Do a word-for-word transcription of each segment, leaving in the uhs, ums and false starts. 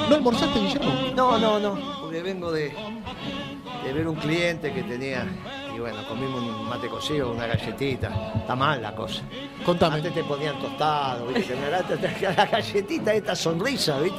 ¿No almorzaste, Guillermo? No, no, no, porque vengo de, de ver un cliente que tenía, y bueno, comimos un mate cocido, una galletita. Está mal la cosa. Contame. Antes te ponían tostado, ¿viste? La galletita, esta sonrisa, ¿viste?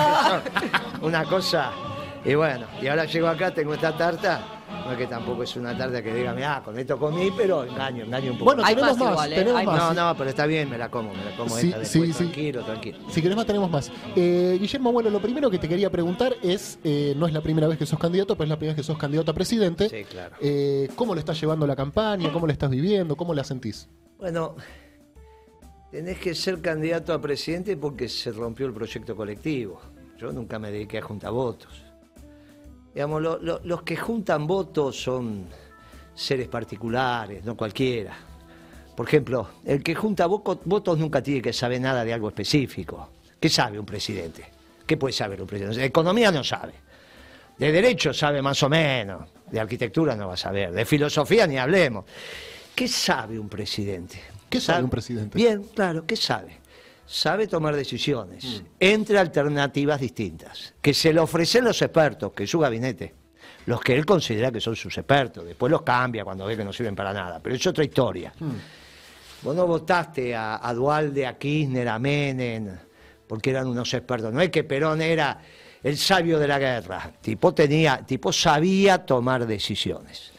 Una cosa. Y bueno, y ahora llego acá, tengo esta tarta. No es que tampoco es una tarta que diga, ah, con esto comí, pero engaño, engaño un poco. Bueno, Hay tenemos más más, igual, ¿eh? tenemos Hay más. No, no, pero está bien, me la como, me la como Sí, esta después, sí, sí. tranquilo, tranquilo. Si querés más, tenemos más. Eh, Guillermo, bueno, lo primero que te quería preguntar es, eh, no es la primera vez que sos candidato, pero es la primera vez que sos candidato a presidente. Sí, claro. Eh, ¿Cómo le estás llevando la campaña? ¿Cómo la estás viviendo? ¿Cómo la sentís? Bueno, tenés que ser candidato a presidente porque se rompió el proyecto colectivo. Yo nunca me dediqué a juntar votos. Digamos, lo, lo, los que juntan votos son seres particulares, no cualquiera. Por ejemplo, el que junta votos nunca tiene que saber nada de algo específico. ¿Qué sabe un presidente? ¿Qué puede saber un presidente? De economía no sabe. De derecho sabe más o menos. De arquitectura no va a saber. De filosofía ni hablemos. ¿Qué sabe un presidente? ¿Qué sabe un presidente? Bien, claro, ¿qué sabe? Sabe tomar decisiones mm. entre alternativas distintas, que se le ofrecen los expertos, que es su gabinete, los que él considera que son sus expertos, después los cambia cuando ve que no sirven para nada, pero es otra historia. Mm. Vos no votaste a, a Duhalde, a Kirchner, a Menem, porque eran unos expertos, no es que Perón era el sabio de la guerra, tipo, tenía, tipo sabía tomar decisiones.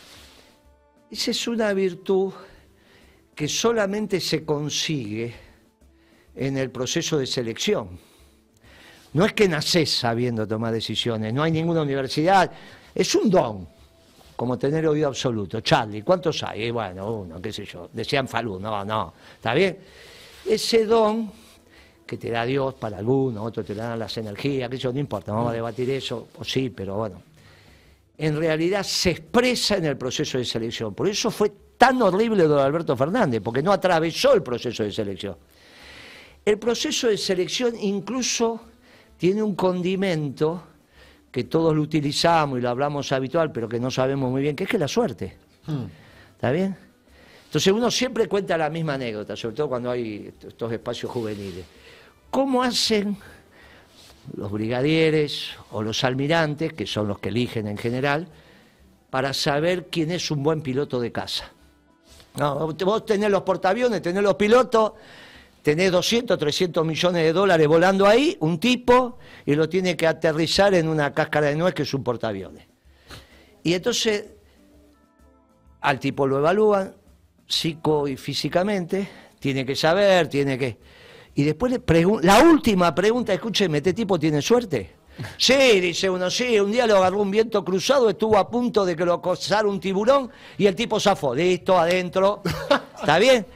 Esa es una virtud que solamente se consigue en el proceso de selección. No es que nacés sabiendo tomar decisiones, no hay ninguna universidad, es un don, como tener oído absoluto. Charlie, ¿cuántos hay? Y bueno, uno, qué sé yo, decían Falú, no, no, ¿está bien? Ese don que te da Dios para algunos, otros te dan las energías, que eso no importa, vamos a debatir eso, o sí, pero bueno, en realidad se expresa en el proceso de selección. Por eso fue tan horrible don Alberto Fernández, porque no atravesó el proceso de selección. El proceso de selección incluso tiene un condimento que todos lo utilizamos y lo hablamos habitual, pero que no sabemos muy bien, que es que la suerte. Hmm. ¿Está bien? Entonces uno siempre cuenta la misma anécdota, sobre todo cuando hay estos espacios juveniles. ¿Cómo hacen los brigadieres o los almirantes, que son los que eligen en general, para saber quién es un buen piloto de caza? No, vos tenés los portaaviones, tenés los pilotos, tenés doscientos, trescientos millones de dólares volando ahí, un tipo, y lo tiene que aterrizar en una cáscara de nuez que es un portaaviones. Y entonces al tipo lo evalúan psico y físicamente, tiene que saber, tiene que... Y después le preguntan, la última pregunta, escúcheme, ¿este tipo tiene suerte? Sí, dice uno, sí, un día lo agarró un viento cruzado, estuvo a punto de que lo acosara un tiburón y el tipo zafó, listo, adentro, ¿está bien?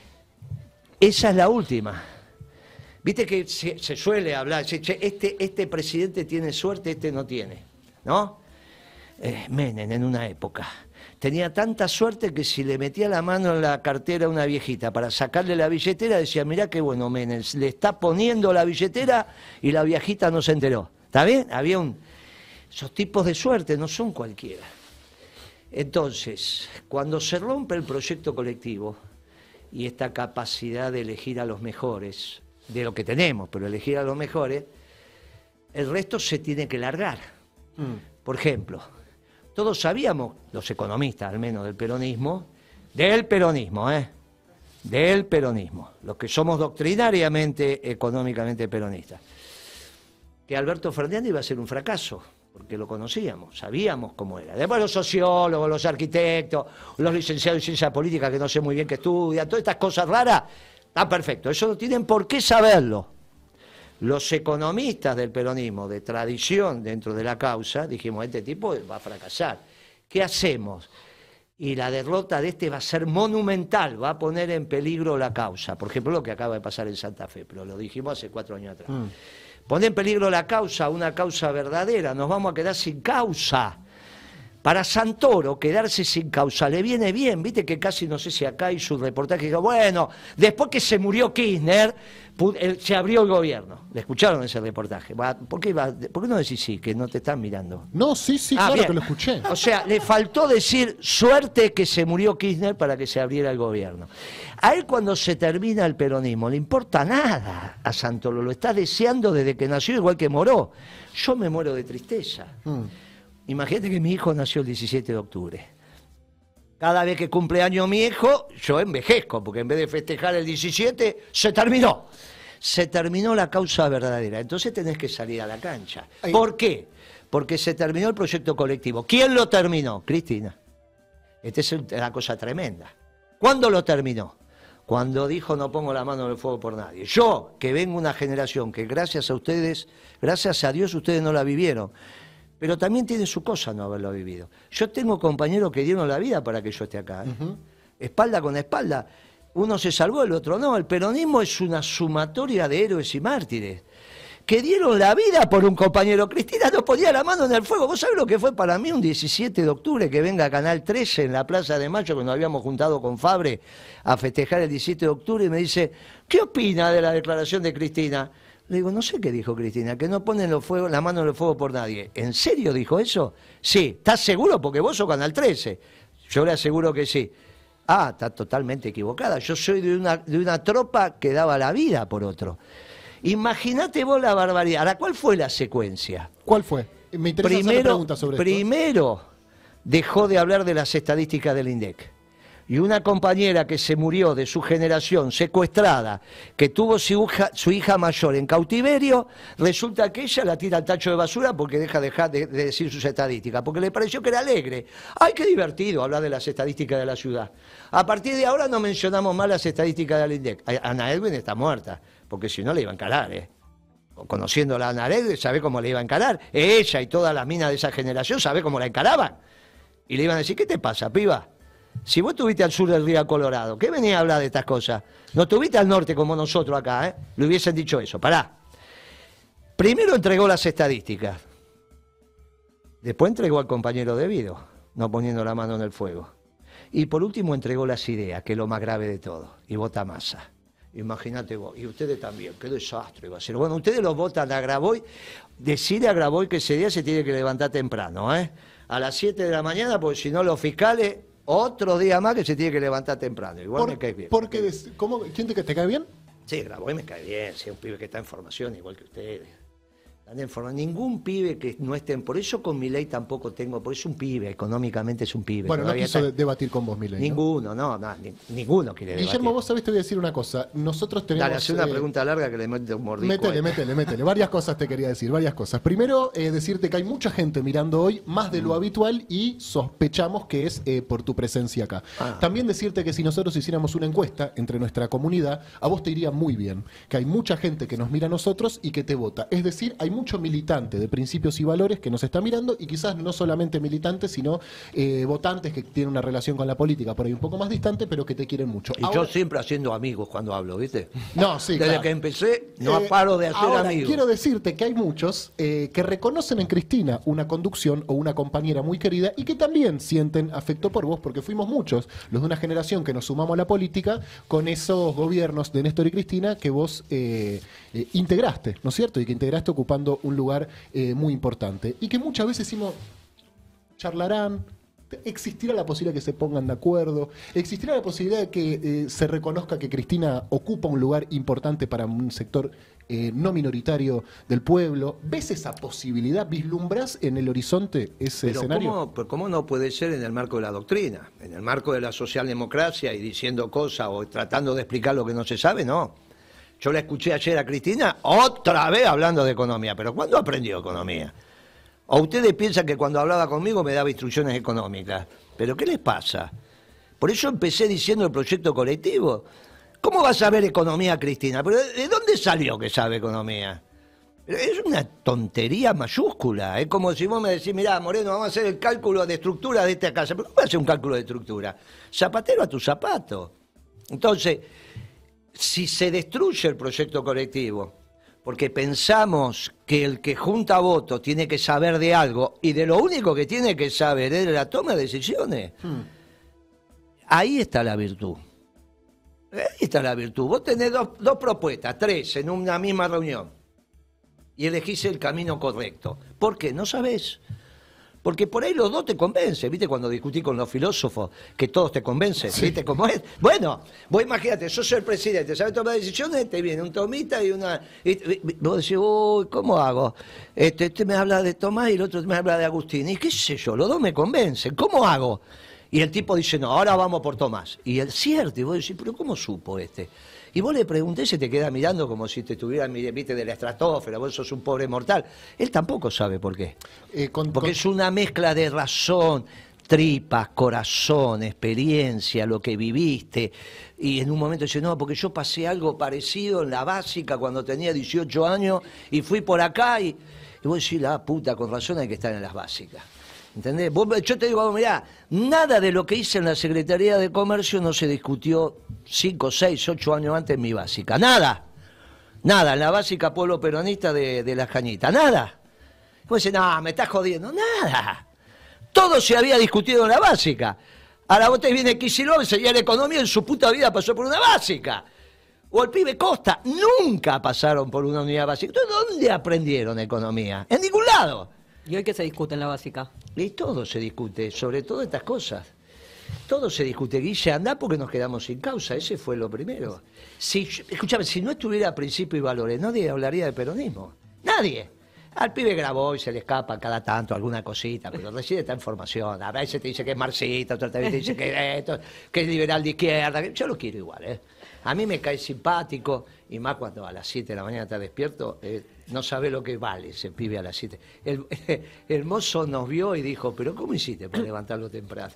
Esa es la última. Viste que se, se suele hablar, este, este presidente tiene suerte, este no tiene, ¿no? Eh, Menem en una época tenía tanta suerte que si le metía la mano en la cartera a una viejita para sacarle la billetera, decía, mirá qué bueno Menem, le está poniendo la billetera y la viejita no se enteró. ¿Está bien? Había un... Esos tipos de suerte no son cualquiera. Entonces, cuando se rompe el proyecto colectivo y esta capacidad de elegir a los mejores, de lo que tenemos, pero elegir a los mejores, el resto se tiene que largar. Mm. Por ejemplo, todos sabíamos, los economistas al menos del peronismo, del peronismo, ¿eh? Del peronismo, los que somos doctrinariamente, económicamente peronistas, que Alberto Fernández iba a ser un fracaso, porque lo conocíamos, sabíamos cómo era. Después los sociólogos, los arquitectos, los licenciados en ciencia política que no sé muy bien qué estudian, todas estas cosas raras, están perfecto, eso no tienen por qué saberlo. Los economistas del peronismo, de tradición dentro de la causa, dijimos, este tipo va a fracasar. ¿Qué hacemos? Y la derrota de este va a ser monumental, va a poner en peligro la causa. Por ejemplo, lo que acaba de pasar en Santa Fe, pero lo dijimos hace cuatro años atrás. Mm. Pone en peligro la causa, una causa verdadera, nos vamos a quedar sin causa. Para Santoro, quedarse sin causa le viene bien. Viste que casi, no sé si acá hay su reportaje, dijo, bueno, después que se murió Kirchner, se abrió el gobierno. ¿Le escucharon ese reportaje? ¿Por qué, iba, ¿Por qué no decís sí, que no te están mirando? No, sí, sí, ah, claro bien. que lo escuché. O sea, le faltó decir, suerte que se murió Kirchner para que se abriera el gobierno. A él cuando se termina el peronismo, le importa nada a Santoro, lo está deseando desde que nació, igual que Moró. Yo me muero de tristeza. Mm. Imagínate que mi hijo nació el diecisiete de octubre. Cada vez que cumple año mi hijo, yo envejezco, porque en vez de festejar el diecisiete, se terminó. Se terminó la causa verdadera. Entonces tenés que salir a la cancha. Ay. ¿Por qué? Porque se terminó el proyecto colectivo. ¿Quién lo terminó? Cristina. Esta es una cosa tremenda. ¿Cuándo lo terminó? Cuando dijo no pongo la mano en el fuego por nadie. Yo, que vengo de una generación que gracias a ustedes, gracias a Dios ustedes no la vivieron, pero también tiene su cosa no haberlo vivido. Yo tengo compañeros que dieron la vida para que yo esté acá, ¿eh? Uh-huh. Espalda con espalda. Uno se salvó, el otro no. El peronismo es una sumatoria de héroes y mártires que dieron la vida por un compañero. Cristina no ponía la mano en el fuego. ¿Vos sabés lo que fue para mí un diecisiete de octubre que venga a Canal trece en la Plaza de Mayo, que nos habíamos juntado con Fabre a festejar el diecisiete de octubre, y me dice, ¿qué opina de la declaración de Cristina? Le digo, no sé qué dijo Cristina, que no ponen los fuego, la mano en el fuego por nadie. ¿En serio dijo eso? Sí. ¿Estás seguro? Porque vos sos Canal trece. Yo le aseguro que sí. Ah, está totalmente equivocada. Yo soy de una, de una tropa que daba la vida por otro. Imagínate vos la barbaridad. Ahora, ¿cuál fue la secuencia? ¿Cuál fue? Me interesa primero, hacer preguntas sobre primero, esto. Dejó de hablar de las estadísticas del INDEC. Y una compañera que se murió de su generación, secuestrada, que tuvo su hija, su hija mayor en cautiverio, resulta que ella la tira al tacho de basura porque deja dejar de, de decir sus estadísticas, porque le pareció que era alegre. ¡Ay, qué divertido hablar de las estadísticas de la ciudad! A partir de ahora no mencionamos más las estadísticas del INDEC. Ana Edwin está muerta, porque si no le iba a encarar, ¿eh? Conociéndola a Ana Edwin, sabe cómo le iba a encarar. Ella y todas las minas de esa generación sabe cómo la encaraban. Y le iban a decir, ¿qué te pasa, piba? Si vos estuviste al sur del río Colorado, ¿qué venía a hablar de estas cosas? No estuviste al norte como nosotros acá, ¿eh? Le hubiesen dicho eso. Pará. Primero entregó las estadísticas. Después entregó al compañero debido, no poniendo la mano en el fuego. Y por último entregó las ideas, que es lo más grave de todo. Y vota Massa. Imagínate vos. Y ustedes también. Qué desastre iba a ser. Bueno, ustedes los votan a Graboy. Decirle a Graboy que ese día se tiene que levantar temprano, ¿eh? A las siete de la mañana, porque si no los fiscales... Otro día más que se tiene que levantar temprano. Igual Por, me cae bien. Porque des, ¿cómo, ¿Quién te, te cae bien? Sí, Graboy me cae bien. Sí, un pibe que está en formación igual que ustedes. Están en forma. Ningún pibe que no estén. Por eso con Milei tampoco tengo. Porque es un pibe. Económicamente es un pibe. Bueno, Todavía no quiso está... debatir con vos, Milei. Ninguno, no, no, no ni, ninguno quiere debatir. Guillermo, vos sabés, te voy a decir una cosa. Nosotros tenemos... Dale, hace una eh, pregunta larga que le mete un mordisco. Métele, ahí. métele, métele. Varias cosas te quería decir, varias cosas. Primero, eh, decirte que hay mucha gente mirando hoy, más de lo Mm. habitual, y sospechamos que es eh, por tu presencia acá. Ah. También decirte que si nosotros hiciéramos una encuesta entre nuestra comunidad, a vos te iría muy bien. Que hay mucha gente que nos mira a nosotros y que te vota. Es decir, hay mucho militante de principios y valores que nos está mirando, y quizás no solamente militantes, sino eh, votantes que tienen una relación con la política por ahí un poco más distante, pero que te quieren mucho. Y Ahora, yo siempre haciendo amigos cuando hablo, ¿viste? No, sí, Desde claro. que empecé, no Eh, paro de hacer ahora, amigos. Quiero decirte que hay muchos eh, que reconocen en Cristina una conducción o una compañera muy querida y que también sienten afecto por vos, porque fuimos muchos, los de una generación que nos sumamos a la política con esos gobiernos de Néstor y Cristina que vos eh, eh, integraste, ¿no es cierto? Y que integraste ocupando un lugar eh, muy importante. Y que muchas veces decimos, charlarán, existirá la posibilidad de que se pongan de acuerdo, existirá la posibilidad de que eh, se reconozca que Cristina ocupa un lugar importante para un sector eh, no minoritario del pueblo. ¿Ves esa posibilidad? ¿Vislumbrás en el horizonte ese Pero escenario? ¿cómo, pero ¿cómo no puede ser en el marco de la doctrina? En el marco de la socialdemocracia y diciendo cosas o tratando de explicar lo que no se sabe, no. Yo la escuché ayer a Cristina otra vez hablando de economía, pero ¿cuándo aprendió economía? ¿O ustedes piensan que cuando hablaba conmigo me daba instrucciones económicas? ¿Pero qué les pasa? Por eso empecé diciendo el proyecto colectivo. ¿Cómo va a saber economía Cristina? ¿Pero de dónde salió que sabe economía? Pero es una tontería mayúscula. Es como si vos me decís, mirá, Moreno, vamos a hacer el cálculo de estructura de esta casa. ¿Pero cómo vas a hacer un cálculo de estructura? Zapatero a tu zapato. Entonces, si se destruye el proyecto colectivo, porque pensamos que el que junta votos tiene que saber de algo, y de lo único que tiene que saber es de la toma de decisiones. Hmm. Ahí está la virtud. Ahí está la virtud. Vos tenés dos, dos propuestas, tres, en una misma reunión, y elegís el camino correcto. ¿Por qué? No sabés. Porque por ahí los dos te convencen, ¿viste? Cuando discutí con los filósofos, que todos te convencen, sí. ¿Viste cómo es? Bueno, vos imagínate, yo soy el presidente, ¿sabes tomar decisiones? Te viene un tomita y una... Y vos decís, uy, ¿cómo hago? Este, este me habla de Tomás y el otro me habla de Agustín. Y qué sé yo, los dos me convencen, ¿cómo hago? Y el tipo dice, no, ahora vamos por Tomás. Y el cierto, y vos decís, pero ¿cómo supo este? Y vos le preguntés y se te queda mirando como si te estuviera, viste, de la estratosfera, vos sos un pobre mortal. Él tampoco sabe por qué. Eh, con, Porque con... es una mezcla de razón, tripas, corazón, experiencia, lo que viviste. Y en un momento dice, no, porque yo pasé algo parecido en la básica cuando tenía dieciocho años y fui por acá y, y vos decís, la puta, con razón hay que estar en las básicas. ¿Entendés? Yo te digo, mirá, nada de lo que hice en la Secretaría de Comercio no se discutió cinco, seis, ocho años antes en mi básica. Nada. Nada, en la básica Pueblo Peronista de, de Las Cañitas. Nada. Vos decís, no, me estás jodiendo. Nada. Todo se había discutido en la básica. Ahora vos te viene Kicillof, enseñar la economía, en su puta vida pasó por una básica. O el pibe Costa, nunca pasaron por una unidad básica. Entonces, ¿dónde aprendieron economía? En ningún lado. ¿Y hoy qué se discute en la básica? Y todo se discute, sobre todo estas cosas. Todo se discute. Guille, andá porque nos quedamos sin causa. Ese fue lo primero. Si, escúchame, si no estuviera Principio y Valores, nadie hablaría de peronismo. Nadie. Al pibe grabó y se le escapa cada tanto alguna cosita, pero recibe esta información. A veces te dice que es marxista, otra vez te dice que es esto, que es liberal de izquierda. Yo lo quiero igual, ¿eh? A mí me cae simpático, y más cuando a las siete de la mañana está despierto, eh, no sabe lo que vale ese pibe a las siete. El, el mozo nos vio y dijo, pero ¿cómo hiciste para levantarlo temprano?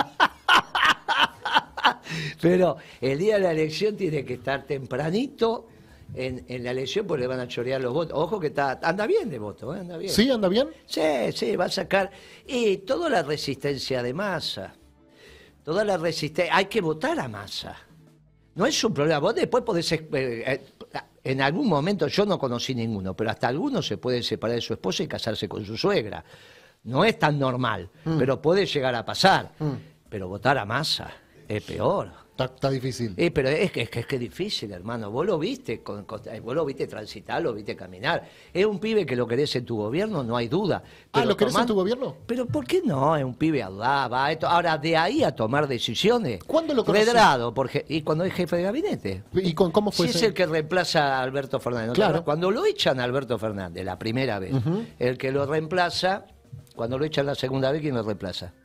Pero el día de la elección tiene que estar tempranito en, en la elección, porque le van a chorear los votos. Ojo que está, anda bien de voto, ¿eh? Anda bien. ¿Sí, anda bien? Sí, sí, va a sacar. Y toda la resistencia de Massa, toda la resistencia, hay que votar a Massa. No es un problema. Vos después podés... Eh, eh, en algún momento, yo no conocí ninguno, pero hasta algunos se pueden separar de su esposa y casarse con su suegra. No es tan normal, mm. pero puede llegar a pasar. Mm. Pero votar a Massa es peor. Está, está difícil. Eh, pero es que, es que es que es difícil, hermano. Vos lo viste, con, con, vos lo viste transitar, lo viste caminar. Es un pibe que lo querés en tu gobierno, no hay duda. Pero ah, ¿lo querés tomar, en tu gobierno? Pero ¿por qué no? Es un pibe audaz, va esto. Ahora, de ahí a tomar decisiones. ¿Cuándo lo conocí? Redrado, porque, y cuando es jefe de gabinete. ¿Y con cómo fue? Si ese? Es el que reemplaza a Alberto Fernández. ¿No? Claro. Cuando lo echan a Alberto Fernández, la primera vez, uh-huh. el que lo reemplaza, cuando lo echan la segunda vez, ¿quién lo reemplaza?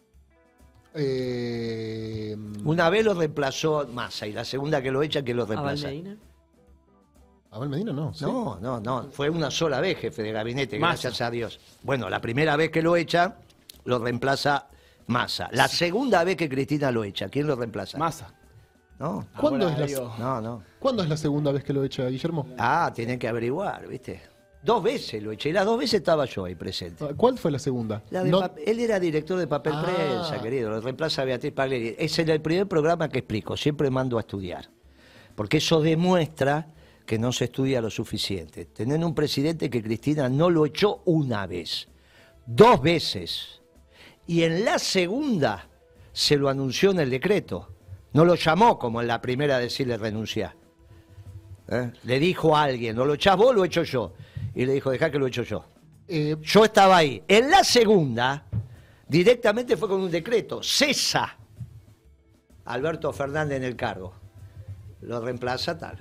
Eh... Una vez lo reemplazó Massa y la segunda que lo echa, ¿quién lo reemplaza? ¿Abel Medina? Abel Medina no. ¿sí? No, no, no. Fue una sola vez jefe de gabinete, Massa. Gracias a Dios. Bueno, la primera vez que lo echa, lo reemplaza Massa. La sí. segunda vez que Cristina lo echa, ¿quién lo reemplaza? Massa. No. ¿Cuándo es, la... no, no. ¿Cuándo es la segunda vez que lo echa, Guillermo? Ah, tienen que averiguar, ¿viste? Dos veces lo eché, y las dos veces estaba yo ahí presente. ¿Cuál fue la segunda? La de no... Él era director de Papel ah. Prensa, querido, lo reemplaza a Beatriz Pagleri. Es el primer programa que explico, siempre mando a estudiar. Porque eso demuestra que no se estudia lo suficiente. Tener un presidente que Cristina no lo echó una vez, dos veces. Y en la segunda se lo anunció en el decreto. No lo llamó como en la primera a decirle renunciar. ¿Eh? Le dijo a alguien, ¿no lo echás vos o lo echo yo? Y le dijo, dejá que lo echo yo. Eh, yo estaba ahí. En la segunda, directamente fue con un decreto. Cesa Alberto Fernández en el cargo. Lo reemplaza tal.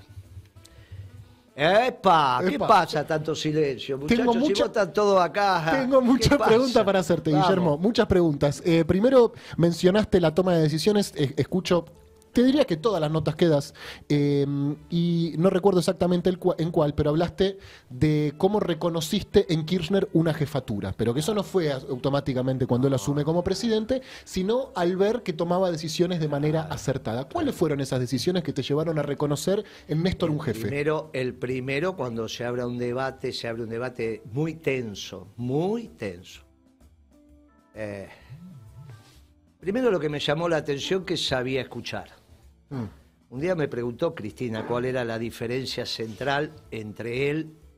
¡Epa! ¿Qué Epa. pasa tanto silencio, muchachos? Tengo mucha, si vos están todos acá. Tengo muchas preguntas para hacerte, Vamos. Guillermo. Muchas preguntas. Eh, primero, mencionaste la toma de decisiones. Eh, escucho... Te diría que todas las notas que das, eh, y no recuerdo exactamente el cu en cuál, pero hablaste de cómo reconociste en Kirchner una jefatura, pero que eso no fue automáticamente cuando él asume como presidente, sino al ver que tomaba decisiones de manera acertada. ¿Cuáles fueron esas decisiones que te llevaron a reconocer en Néstor un jefe? Primero, el primero, cuando se abre un debate, se abre un debate muy tenso, muy tenso. Eh, primero lo que me llamó la atención que sabía escuchar. Un día me preguntó Cristina cuál era la diferencia central entre él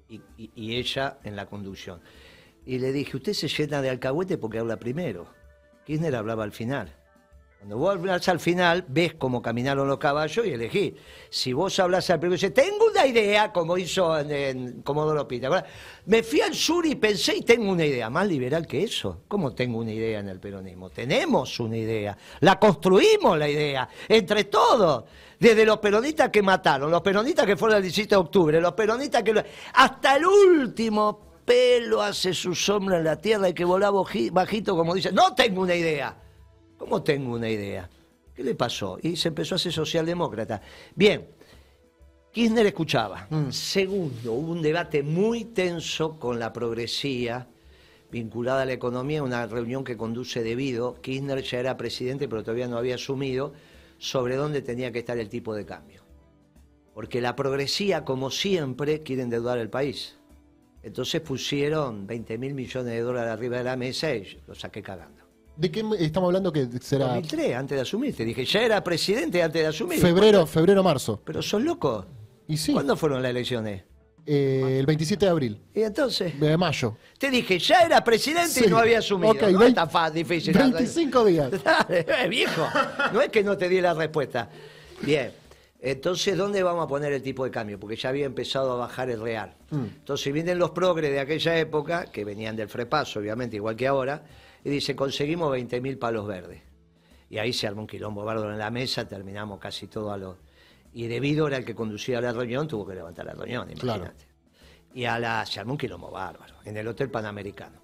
y, y, y ella en la conducción. Y le dije, usted se llena de alcahuete porque habla primero. Kirchner hablaba al final. Cuando vos hablas al final, ves cómo caminaron los caballos y elegís. Si vos hablas al primero, dices, tengo una idea, como hizo en, en Comodoro Pi. Me fui al sur y pensé y tengo una idea. Más liberal que eso. ¿Cómo tengo una idea en el peronismo? Tenemos una idea. La construimos la idea. Entre todos. Desde los peronistas que mataron, los peronistas que fueron el diecisiete de octubre, los peronistas que... Hasta el último pelo hace su sombra en la tierra y que volá bajito como dice, no tengo una idea. ¿Cómo tengo una idea? ¿Qué le pasó? Y se empezó a ser socialdemócrata. Bien, Kirchner escuchaba. Mm. Segundo, hubo un debate muy tenso con la progresía vinculada a la economía, una reunión que conduce Devido. Kirchner ya era presidente, pero todavía no había asumido, sobre dónde tenía que estar el tipo de cambio. Porque la progresía, como siempre, quiere endeudar el país. Entonces pusieron veinte mil millones de dólares arriba de la mesa y lo saqué cagando. ¿De qué estamos hablando que será? dos mil tres, antes de asumir. Te dije, ya era presidente antes de asumir. Febrero, febrero, marzo. Pero son locos. ¿Y sí? ¿Cuándo fueron las elecciones? Eh, el veintisiete de abril. ¿Y entonces? De mayo. Te dije, ya era presidente sí. y no había asumido. Okay, no veinte, está fácil, difícil. veinticinco días. Dale, viejo. No es que no te di la respuesta. Bien. Entonces, ¿dónde vamos a poner el tipo de cambio? Porque ya había empezado a bajar el real. Mm. Entonces vienen los progres de aquella época, que venían del Frepaso, obviamente, igual que ahora, y dice, conseguimos veinte mil palos verdes. Y ahí se armó un quilombo bárbaro en la mesa, terminamos casi todo a los... Y Devido era el que conducía la reunión, tuvo que levantar la reunión, imagínate. Claro. Y a la... se armó un quilombo bárbaro, en el Hotel Panamericano.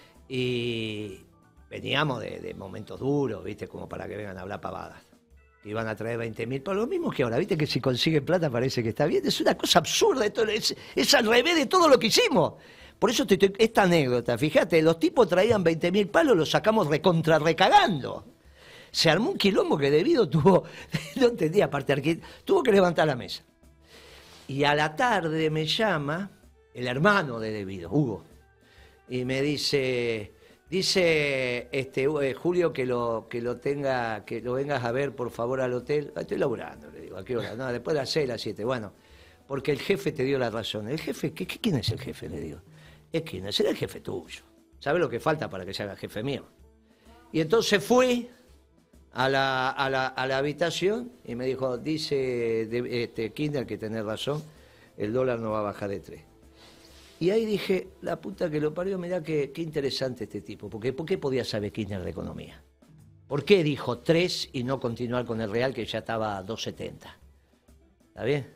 Y veníamos de, de momentos duros, ¿viste? Como para que vengan a hablar pavadas. Iban a traer veinte mil palos, lo mismo que ahora, ¿viste? Que si consiguen plata parece que está bien. Es una cosa absurda, esto es, es al revés de todo lo que hicimos. Por eso te, te, esta anécdota, fíjate, los tipos traían veinte mil palos, los sacamos recontra recagando. Se armó un quilombo que Devido tuvo, no entendía, aparte, tuvo que levantar la mesa. Y a la tarde me llama el hermano de Devido, Hugo, y me dice, dice este eh, Julio que lo, que lo tenga, que lo vengas a ver por favor al hotel. Estoy laburando, le digo, ¿a qué hora? No, después de las seis, las siete, bueno, porque el jefe te dio la razón. ¿El jefe? ¿Qué, qué, ¿Quién es el jefe? Le digo. Es que será el jefe tuyo. ¿Sabes lo que falta para que se haga jefe mío? Y entonces fui a la, a la, a la habitación y me dijo, dice de, este, Kirchner que tenés razón, el dólar no va a bajar de tres. Y ahí dije, la puta que lo parió, mirá qué, qué interesante este tipo. Porque, ¿por qué podía saber Kirchner de economía? ¿Por qué dijo tres y no continuar con el real que ya estaba a dos setenta? ¿Está bien?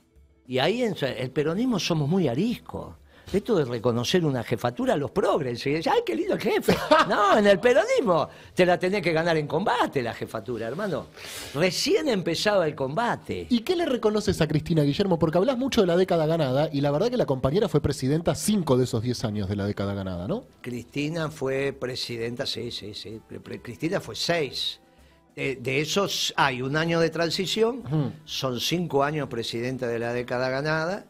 Y ahí en el peronismo somos muy ariscos. Esto de reconocer una jefatura a los progres. Y decir, ¡ay, qué lindo el jefe! No, en el peronismo te la tenés que ganar en combate la jefatura, hermano. Recién empezaba el combate. ¿Y qué le reconoces a Cristina, Guillermo? Porque hablas mucho de la década ganada y la verdad que la compañera fue presidenta cinco de esos diez años de la década ganada, ¿no? Cristina fue presidenta, sí, sí, sí. Cristina fue seis. De, de esos hay un año de transición, uh-huh. Son cinco años presidenta de la década ganada.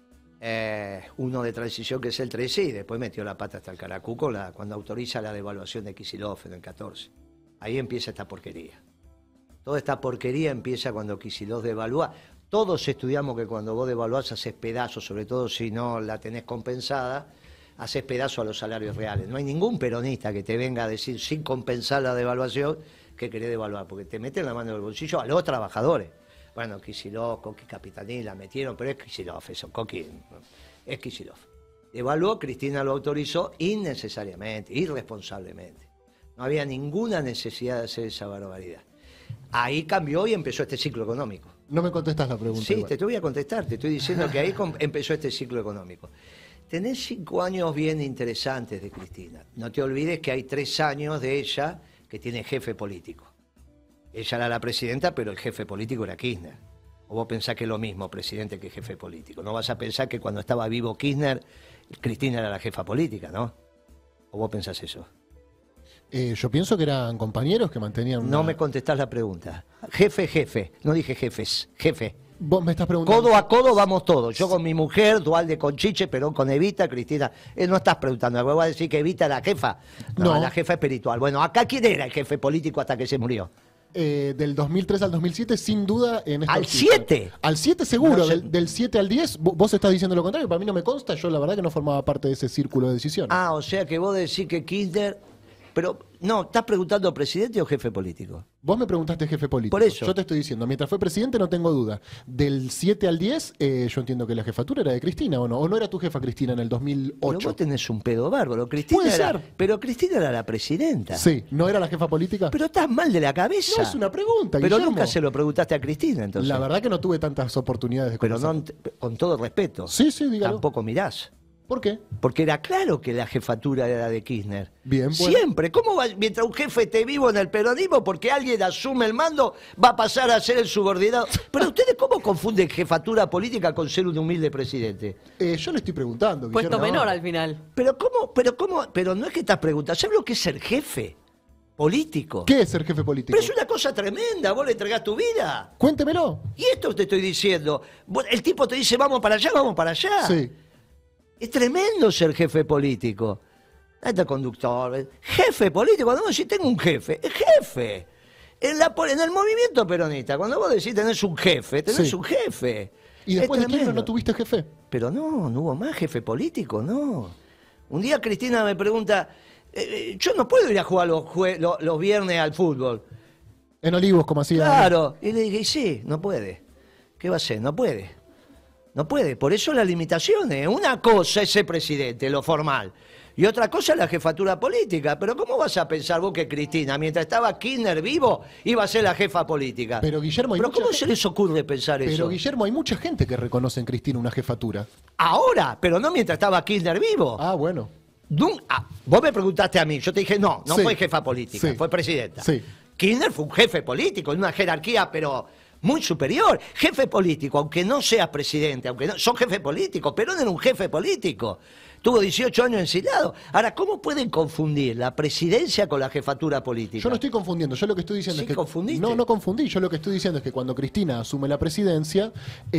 Eh, uno de transición que es el trece y después metió la pata hasta el caracuco la, cuando autoriza la devaluación de Kicillof en el catorce. Ahí empieza esta porquería. Toda esta porquería empieza cuando Kicillof devalúa. Todos estudiamos que cuando vos devaluás haces pedazos, sobre todo si no la tenés compensada, haces pedazos a los salarios reales. No hay ningún peronista que te venga a decir sin compensar la devaluación que querés devaluar, porque te meten la mano en el bolsillo a los trabajadores. Bueno, Kicillof, Coqui Capitaní la metieron, pero es Kicillof eso, Coqui es Kicillof. Devaluó, Cristina lo autorizó innecesariamente, irresponsablemente. No había ninguna necesidad de hacer esa barbaridad. Ahí cambió y empezó este ciclo económico. No me contestas la pregunta. Sí, igual. te, te voy a contestar, te estoy diciendo que ahí empezó este ciclo económico. Tenés cinco años bien interesantes de Cristina. No te olvides que hay tres años de ella que tiene jefe político. Ella era la presidenta, pero el jefe político era Kirchner. O vos pensás que es lo mismo presidente que jefe político. No vas a pensar que cuando estaba vivo Kirchner, Cristina era la jefa política, ¿no? ¿O vos pensás eso? Eh, yo pienso que eran compañeros que mantenían una... No me contestás la pregunta. Jefe, jefe. No dije jefes, jefe. Vos me estás preguntando... Codo a codo vamos todos. Yo con mi mujer, Dualde con Chiche, Perón con Evita, Cristina... Eh, no estás preguntando, me voy a decir que Evita era la jefa. No, no, la jefa espiritual. Bueno, acá ¿quién era el jefe político hasta que se murió? Eh, del dos mil tres al dos mil siete, sin duda. En estos ¿Al ciclos. siete? Al siete seguro, No sé. del, del siete al diez. Vo- Vos estás diciendo lo contrario, para mí no me consta. Yo la verdad que no formaba parte de ese círculo de decisiones. Ah, o sea que vos decís que Kirchner... Pero, no, ¿estás preguntando presidente o jefe político? Vos me preguntaste jefe político. Por eso. Yo te estoy diciendo, mientras fue presidente no tengo duda. Del siete al diez, eh, yo entiendo que la jefatura era de Cristina, ¿o no? ¿O no era tu jefa Cristina en el dos mil Pero ocho? vos tenés un pedo bárbaro. Cristina Puede era, ser. Pero Cristina era la presidenta. Sí, ¿no era la jefa política? Pero estás mal de la cabeza. No, es una pregunta, Pero Guillermo. nunca se lo preguntaste a Cristina, entonces. La verdad que no tuve tantas oportunidades de Pero conocer. no, con todo respeto. Sí, sí, dígalo. Tampoco mirás. ¿Por qué? Porque era claro que la jefatura era de Kirchner. Bien, bueno. Siempre. ¿Cómo va, mientras un jefe esté vivo en el peronismo, porque alguien asume el mando, va a pasar a ser el subordinado? Pero ustedes, ¿cómo confunden jefatura política con ser un humilde presidente? Eh, yo le estoy preguntando, Puesto Guillermo. menor al final. Pero cómo, pero cómo, pero no es que estás preguntando, ¿sabes lo que es ser jefe político? ¿Qué es ser jefe político? Pero es una cosa tremenda, vos le entregás tu vida. Cuéntemelo. Y esto te estoy diciendo. Vos- El tipo te dice, vamos para allá, vamos para allá. Sí. Es tremendo ser jefe político. Ahí está el conductor. Jefe político, cuando vos decís tengo un jefe, es jefe. En, la, en el movimiento peronista, cuando vos decís tenés un jefe, tenés Sí. un jefe. ¿Y Es después de Kirchner tremendo. no tuviste jefe? Pero no, no hubo más jefe político, no. Un día Cristina me pregunta, eh, eh, yo no puedo ir a jugar los, jue- lo- los viernes al fútbol. En Olivos, como hacía. Claro. Y le dije, sí, no puede. ¿Qué va a hacer? No puede. No puede. Por eso las limitaciones. Una cosa es ser presidente, lo formal. Y otra cosa es la jefatura política. Pero ¿cómo vas a pensar vos que Cristina, mientras estaba Kirchner vivo, iba a ser la jefa política? Pero, Guillermo, hay ¿Pero mucha cómo gente- se les ocurre pensar Pero, eso? Guillermo, hay mucha gente que reconoce en Cristina una jefatura. Ahora, pero no mientras estaba Kirchner vivo. Ah, bueno. Nun- ah, vos me preguntaste a mí, yo te dije, no, no Sí. fue jefa política, Sí. fue presidenta. Sí. Kirchner fue un jefe político, en una jerarquía, pero muy superior. Jefe político, aunque no seas presidente, aunque no, son jefe político, Perón era un jefe político. Tuvo dieciocho años ensilado. Ahora, ¿cómo pueden confundir la presidencia con la jefatura política? Yo no estoy confundiendo, yo lo que estoy diciendo Sí, es que... confundiste. No, no confundí, yo lo que estoy diciendo es que cuando Cristina asume la presidencia,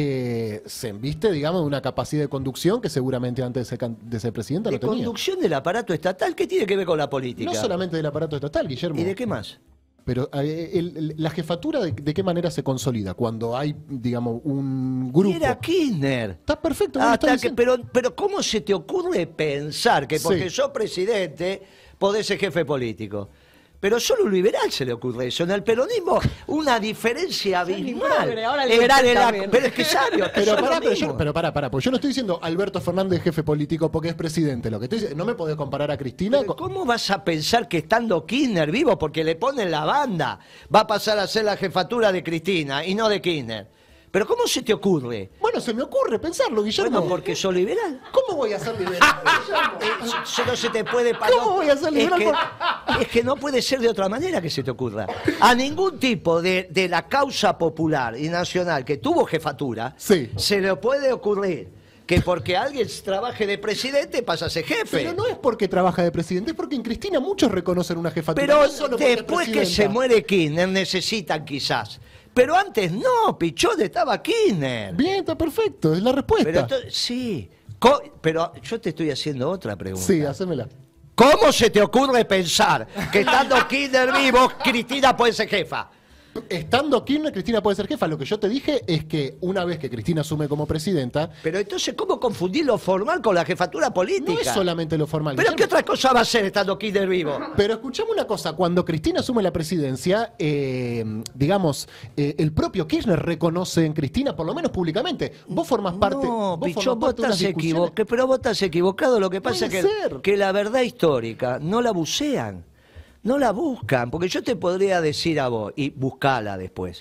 eh, se enviste, digamos, de una capacidad de conducción que seguramente antes de ser, can- de ser presidenta de no tenía. conducción del aparato estatal, ¿qué tiene que ver con la política? No solamente del aparato estatal, Guillermo. ¿Y de qué más? Pero eh, el- el- la jefatura, de, de qué manera se consolida? Cuando hay, digamos, un grupo... Y era Kirchner. Está perfecto. vos lo Hasta estás que, diciendo. pero, pero ¿cómo se te ocurre pensar que porque Sí. sos presidente podés ser jefe político? Pero solo a un liberal se le ocurre eso. En el peronismo, una diferencia ni abismal. progre, ahora entre liberal la- también. Pero es que sabio. Pero pará, pero, yo, pero pará, pará, porque yo no estoy diciendo Alberto Fernández jefe político porque es presidente. Lo que estoy diciendo, no me podés comparar a Cristina con... ¿Cómo vas a pensar que estando Kirchner vivo, porque le ponen la banda, va a pasar a ser la jefatura de Cristina y no de Kirchner? ¿Pero cómo se te ocurre? Bueno, se me ocurre pensarlo, Guillermo. Bueno, porque sos liberal. ¿Cómo voy a ser liberal, Guillermo? Eso no se te puede pa- ¿Cómo no- voy a ser liberal Es que, es que no puede ser de otra manera que se te ocurra. A ningún tipo de, de la causa popular y nacional que tuvo jefatura Sí. se le puede ocurrir que porque alguien trabaje de presidente pasa a ser jefe. Pero no es porque trabaja de presidente, es porque en Cristina muchos reconocen una jefatura. Pero no solo porque es después que se presidenta. muere Kirchner necesitan quizás. Pero antes no, Pichot estaba Kirchner. Bien, está perfecto, es la respuesta. Pero entonces- sí. Co- Pero yo te estoy haciendo otra pregunta. Sí, hacémela. ¿Cómo se te ocurre pensar que estando Kirchner vivo, Cristina puede ser jefa? Estando Kirchner, Cristina puede ser jefa. Lo que yo te dije es que una vez que Cristina asume como presidenta, Pero entonces, ¿cómo confundir lo formal con la jefatura política? no es solamente lo formal. ¿Pero Guillermo. qué otra cosa va a hacer estando Kirchner vivo? Pero escuchame una cosa, cuando Cristina asume la presidencia, eh, digamos, eh, el propio Kirchner reconoce en Cristina, por lo menos públicamente, vos formás parte, No, vos Pichot, formás vos parte de unas estás discusiones. equivocado. Pero vos estás equivocado. Lo que pasa es Puede que, ser. que la verdad histórica no la bucean. No la buscan. Porque yo te podría decir a vos, y buscala después.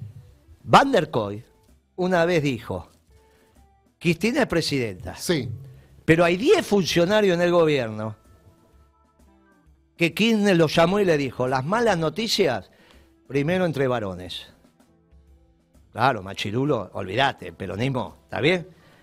Van der Koy una vez dijo, Cristina es presidenta. Sí, Pero hay diez funcionarios en el gobierno que Kirchner lo llamó y le dijo, las malas noticias, primero entre varones. Claro, machirulo, olvídate, el peronismo, ¿está bien?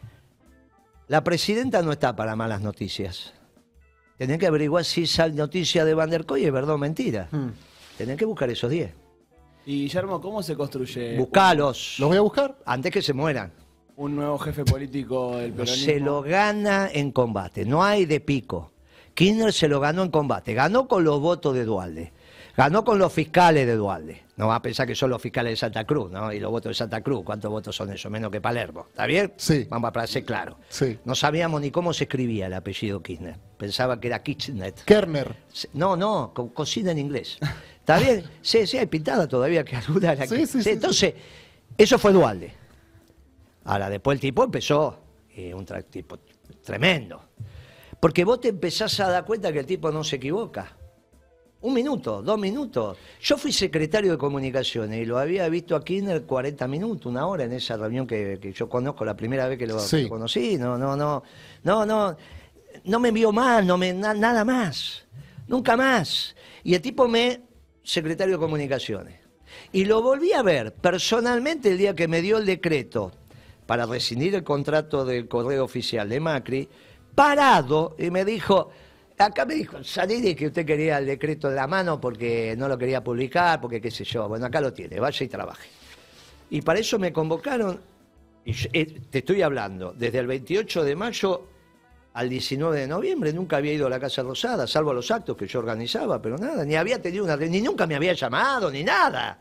La presidenta no está para malas noticias. Tenés que averiguar si esa noticia de Van der Koy es verdad o mentira. Mm. Tenés que buscar esos diez. Y Guillermo, ¿cómo se construye Buscalos los voy a buscar. antes que se mueran. un nuevo jefe político del peronismo? Se lo gana en combate, no hay de pico. Kirchner se lo ganó en combate, ganó con los votos de Duhalde, Ganó con los fiscales de Duhalde. No va a pensar que son los fiscales de Santa Cruz, ¿no? Y los votos de Santa Cruz, ¿cuántos votos son esos? Menos que Palermo. ¿Está bien? Sí. Vamos a ser claro. Sí. No sabíamos ni cómo se escribía el apellido Kirchner. Pensaba que era Kirchner. Kerner. No, no, co cocina en inglés. ¿Está bien? Sí, sí, hay pintada todavía que alguna de la Sí, que... sí, sí, Entonces, eso fue Duhalde. Ahora, después el tipo empezó, eh, un tra tipo tremendo. Porque vos te empezás a dar cuenta que el tipo no se equivoca. Un minuto, dos minutos. Yo fui secretario de comunicaciones y lo había visto a Kirchner cuarenta minutos, una hora en esa reunión que, que yo conozco la primera vez que lo, Sí. que lo conocí. No, no, no, no, no, no me envió mal, no me, na, nada más. Nunca más. Y el tipo me, secretario de comunicaciones. Y lo volví a ver personalmente el día que me dio el decreto para rescindir el contrato del correo oficial de Macri, parado, y me dijo... Acá me dijo, salí que usted quería el decreto en la mano porque no lo quería publicar, porque qué sé yo. Bueno, acá lo tiene, vaya y trabaje. Y para eso me convocaron, y yo, eh, te estoy hablando, desde el veintiocho de mayo al diecinueve de noviembre, nunca había ido a la Casa Rosada, salvo los actos que yo organizaba, pero nada, ni había tenido una... ni nunca me había llamado, ni nada.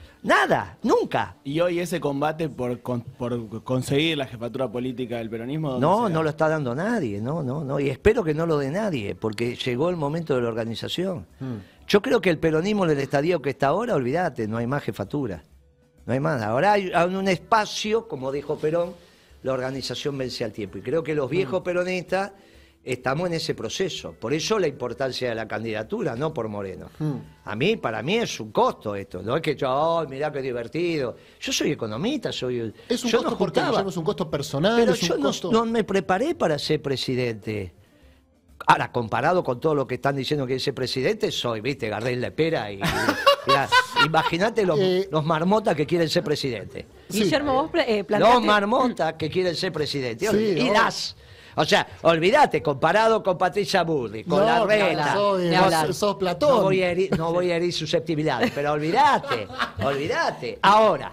Nada, nunca. ¿Y hoy ese combate por, con- por conseguir la jefatura política del peronismo? ¿dónde No, se da? no lo está dando nadie, no, no, no. Y espero que no lo dé nadie, porque llegó el momento de la organización. Yo creo que el peronismo del estadio que está ahora, olvídate, no hay más jefatura. No hay más. Ahora hay, hay un espacio, como dijo Perón, la organización vence al tiempo. Y creo que los viejos peronistas estamos en ese proceso. Por eso la importancia de la candidatura, no por Moreno. A mí, para mí es un costo esto. No es que yo, oh, mirá qué divertido. Yo soy economista, soy... Es un yo costo no porque juntaba. es un costo personal, Pero es un yo no, costo... no me preparé para ser presidente. Ahora, comparado con todo lo que están diciendo que es ser presidente, soy, viste, Gardel de Pera y... mirá, imagínate los, Eh, los marmotas que quieren ser presidente. Sí. Guillermo, vos pla- eh, planteaste... Los marmotas que quieren ser presidente. Sí, y obvio. las... O sea, olvídate, comparado con Patricia Burri, con No, la ni reta. hablar, sos- ni sos- hablar. sos Platón. No voy a herir, no voy a herir susceptibilidades, pero olvídate, olvídate. Ahora,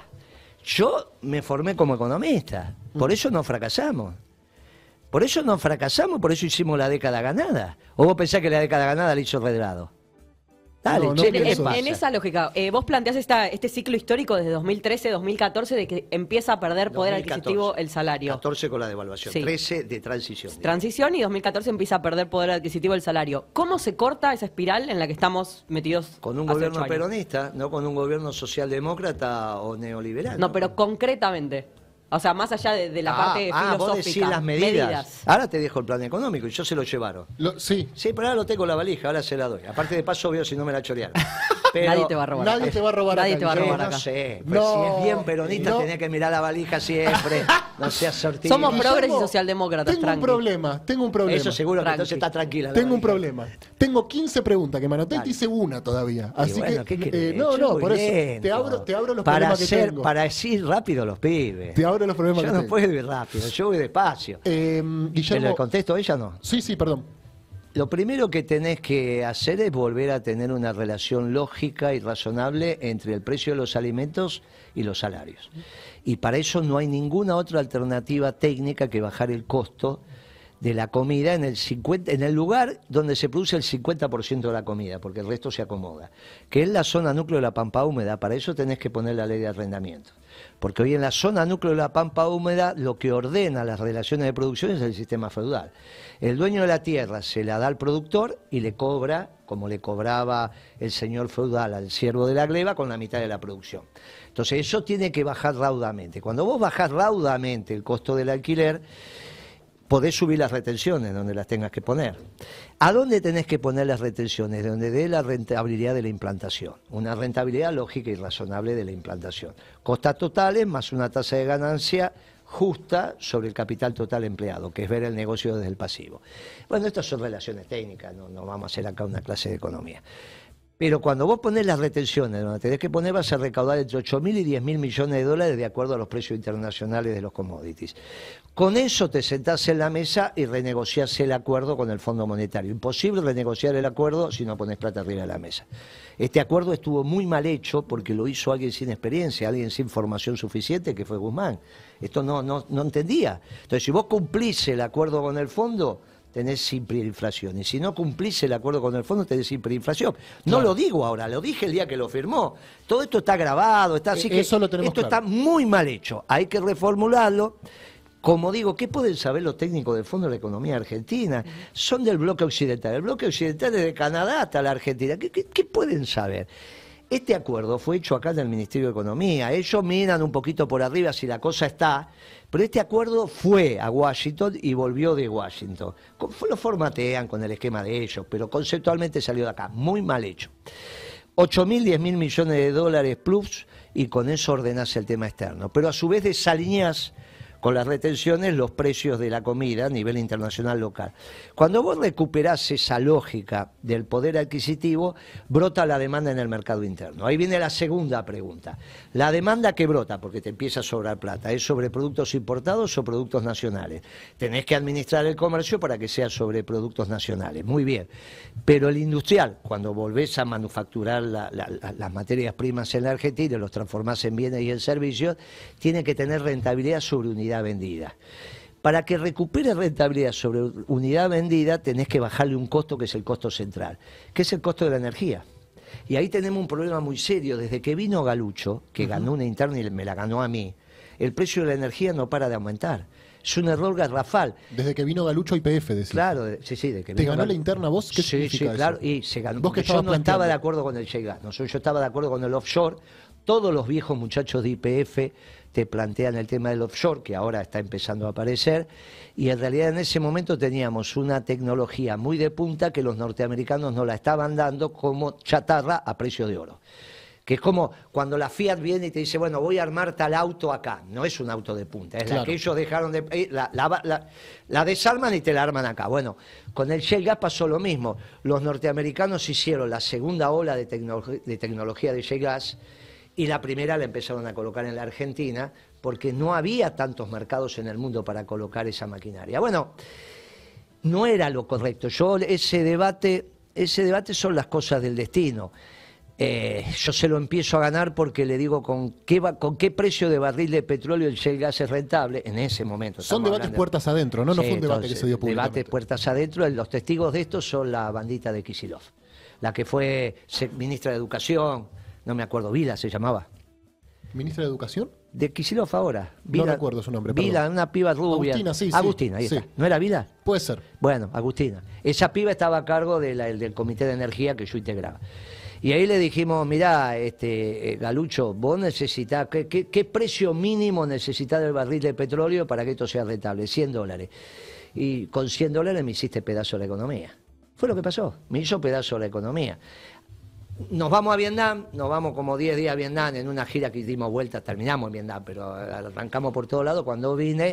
yo me formé como economista, por eso no fracasamos. Por eso no fracasamos, por eso hicimos la década ganada. ¿O vos pensás que la década ganada la hizo Redrado? Dale, No, no che, ¿qué pienso. le pasa? En esa lógica, eh, vos planteás esta, este ciclo histórico desde dos mil trece dos mil catorce de que empieza a perder poder dos mil catorce. adquisitivo el salario. catorce con la devaluación, Sí. trece de transición. Transición y dos mil catorce empieza a perder poder adquisitivo el salario. ¿Cómo se corta esa espiral en la que estamos metidos Con un hace gobierno ocho años? peronista, no con un gobierno socialdemócrata o neoliberal. No, pero concretamente. O sea, más allá de, de la Ah, parte ah, vos filosófica. decís las medidas. Ahora te dejo el plan económico y yo se lo llevaron. Lo- sí, Sí, pero ahora lo tengo en la valija, ahora se la doy. Aparte de paso veo si no me la chorearon. Pero, Nadie te va a robar. nadie acá. te va a robar Nadie acá, te va a Sí, robar no acá. sé, pues No, si es bien peronista no. tenía que mirar la valija siempre. No seas sortido. Somos Guillermo, progres y socialdemócratas, Tengo tranqui. un problema, tengo un problema. Eso seguro que Tranqui. entonces está tranquila. la Tengo un valija. problema. Tengo quince preguntas que me anoté y te Dale. hice una todavía. Y Así bueno, que, ¿qué eh, querés? no, Yo no, voy por eso. lento. Te abro, te abro los para problemas que hacer, tengo. Para decir rápido los pibes. Te abro los problemas Yo que no tengo. puedo ir rápido, yo voy despacio. Eh, ¿Te Guillermo. lo contesto a ella o no? Sí, sí, perdón. Lo primero que tenés que hacer es volver a tener una relación lógica y razonable entre el precio de los alimentos y los salarios. Y para eso no hay ninguna otra alternativa técnica que bajar el costo de la comida en el cincuenta, en el lugar donde se produce el cincuenta por ciento de la comida, porque el resto se acomoda, que es la zona núcleo de la pampa húmeda. Para eso tenés que poner la ley de arrendamiento. Porque hoy en la zona núcleo de la pampa húmeda lo que ordena las relaciones de producción es el sistema feudal. El dueño de la tierra se la da al productor y le cobra, como le cobraba el señor feudal al siervo de la gleba, con la mitad de la producción. Entonces eso tiene que bajar raudamente. Cuando vos bajás raudamente el costo del alquiler, podés subir las retenciones donde las tengas que poner. ¿A dónde tenés que poner las retenciones? Donde dé la rentabilidad de la implantación. Una rentabilidad lógica y razonable de la implantación. Costas totales más una tasa de ganancia justa sobre el capital total empleado, que es ver el negocio desde el pasivo. Bueno, estas son relaciones técnicas, no, no vamos a hacer acá una clase de economía. Pero cuando vos ponés las retenciones, donde tenés que poner, vas a recaudar entre ocho mil y diez mil millones de dólares de acuerdo a los precios internacionales de los commodities. Con eso te sentás en la mesa y renegociás el acuerdo con el Fondo Monetario. Imposible renegociar el acuerdo si no pones plata arriba de la mesa. Este acuerdo estuvo muy mal hecho porque lo hizo alguien sin experiencia, alguien sin formación suficiente, que fue Guzmán. Esto no, no, no entendía. Entonces, si vos cumplís el acuerdo con el fondo, tenés hiperinflación. Y si no cumplís el acuerdo con el fondo, tenés hiperinflación. No Claro. lo digo ahora, lo dije el día que lo firmó. Todo esto está grabado, está así Eh, que eso lo tenemos esto claro. está muy mal hecho. Hay que reformularlo. Como digo, ¿qué pueden saber los técnicos del Fondo de la Economía Argentina? Son del bloque occidental. El bloque occidental es de Canadá hasta la Argentina. ¿Qué, qué, qué pueden saber? Este acuerdo fue hecho acá en el Ministerio de Economía. Ellos miran un poquito por arriba si la cosa está, pero este acuerdo fue a Washington y volvió de Washington. Con- Lo formatean con el esquema de ellos, pero conceptualmente salió de acá. Muy mal hecho. ocho mil, diez mil millones de dólares plus y con eso ordenás el tema externo. Pero a su vez desalineás con las retenciones los precios de la comida a nivel internacional local. Cuando vos recuperás esa lógica del poder adquisitivo, brota la demanda en el mercado interno. Ahí viene la segunda pregunta. La demanda que brota, porque te empieza a sobrar plata, ¿es sobre productos importados o productos nacionales? Tenés que administrar el comercio para que sea sobre productos nacionales. Muy bien. Pero el industrial, cuando volvés a manufacturar la- la- la- las materias primas en la Argentina, los transformás en bienes y en servicios, tiene que tener rentabilidad sobre unidad vendida. Para que recupere rentabilidad sobre unidad vendida, tenés que bajarle un costo que es el costo central, que es el costo de la energía. Y ahí tenemos un problema muy serio. Desde que vino Galucho, que ganó una interna y me la ganó a mí, el precio de la energía no para de aumentar. Es un error garrafal. Desde que vino Galucho y P F, decís. Claro, de- sí, sí. De que ¿Te vino ganó Gal- la interna vos? ¿Qué sí, significa sí, claro. eso? Y se ganó. ¿Vos qué Porque yo estabas no estaba planteando? de acuerdo con el shale gas. No, yo yo estaba de acuerdo con el offshore. Todos los viejos muchachos de Y P F te plantean el tema del offshore, que ahora está empezando a aparecer, y en realidad en ese momento teníamos una tecnología muy de punta que los norteamericanos nos la estaban dando como chatarra a precio de oro. Que es como cuando la Fiat viene y te dice, bueno, voy a armar tal auto acá. No es un auto de punta, es Claro. la que ellos dejaron de... eh, La, la, la, la desarman y te la arman acá. Bueno, con el shale gas pasó lo mismo. Los norteamericanos hicieron la segunda ola de, tecno- de tecnología de shale gas y la primera la empezaron a colocar en la Argentina porque no había tantos mercados en el mundo para colocar esa maquinaria. Bueno, no era lo correcto. Yo ese debate, ese debate son las cosas del destino. Eh, yo se lo empiezo a ganar porque le digo con qué va- con qué precio de barril de petróleo el shale gas es rentable en ese momento. Son estamos debates hablando- puertas adentro, ¿no? No Sí, fue un debate entonces, que se dio públicamente. Debates puertas adentro. Los testigos de esto son la bandita de Kicillof, la que fue se- ministra de Educación, no me acuerdo, Vila se llamaba. ¿Ministra de Educación? De Kicillof ahora. No recuerdo su nombre, Vila, perdón. una piba rubia. Agustina, sí, sí, Agustina, ahí sí. está. ¿No era Vila? Puede ser. Bueno, Agustina. Esa piba estaba a cargo de la- del Comité de Energía que yo integraba. Y ahí le dijimos, mirá, este, eh, Galucho, vos necesitas, ¿qué, qué, qué precio mínimo necesitas del barril de petróleo para que esto sea rentable? cien dólares. Y con cien dólares me hiciste pedazo de la economía. Fue lo que pasó, me hizo pedazo de la economía. Nos vamos a Vietnam, nos vamos como diez días a Vietnam en una gira que dimos vueltas, terminamos en Vietnam, pero arrancamos por todos lados. Cuando vine,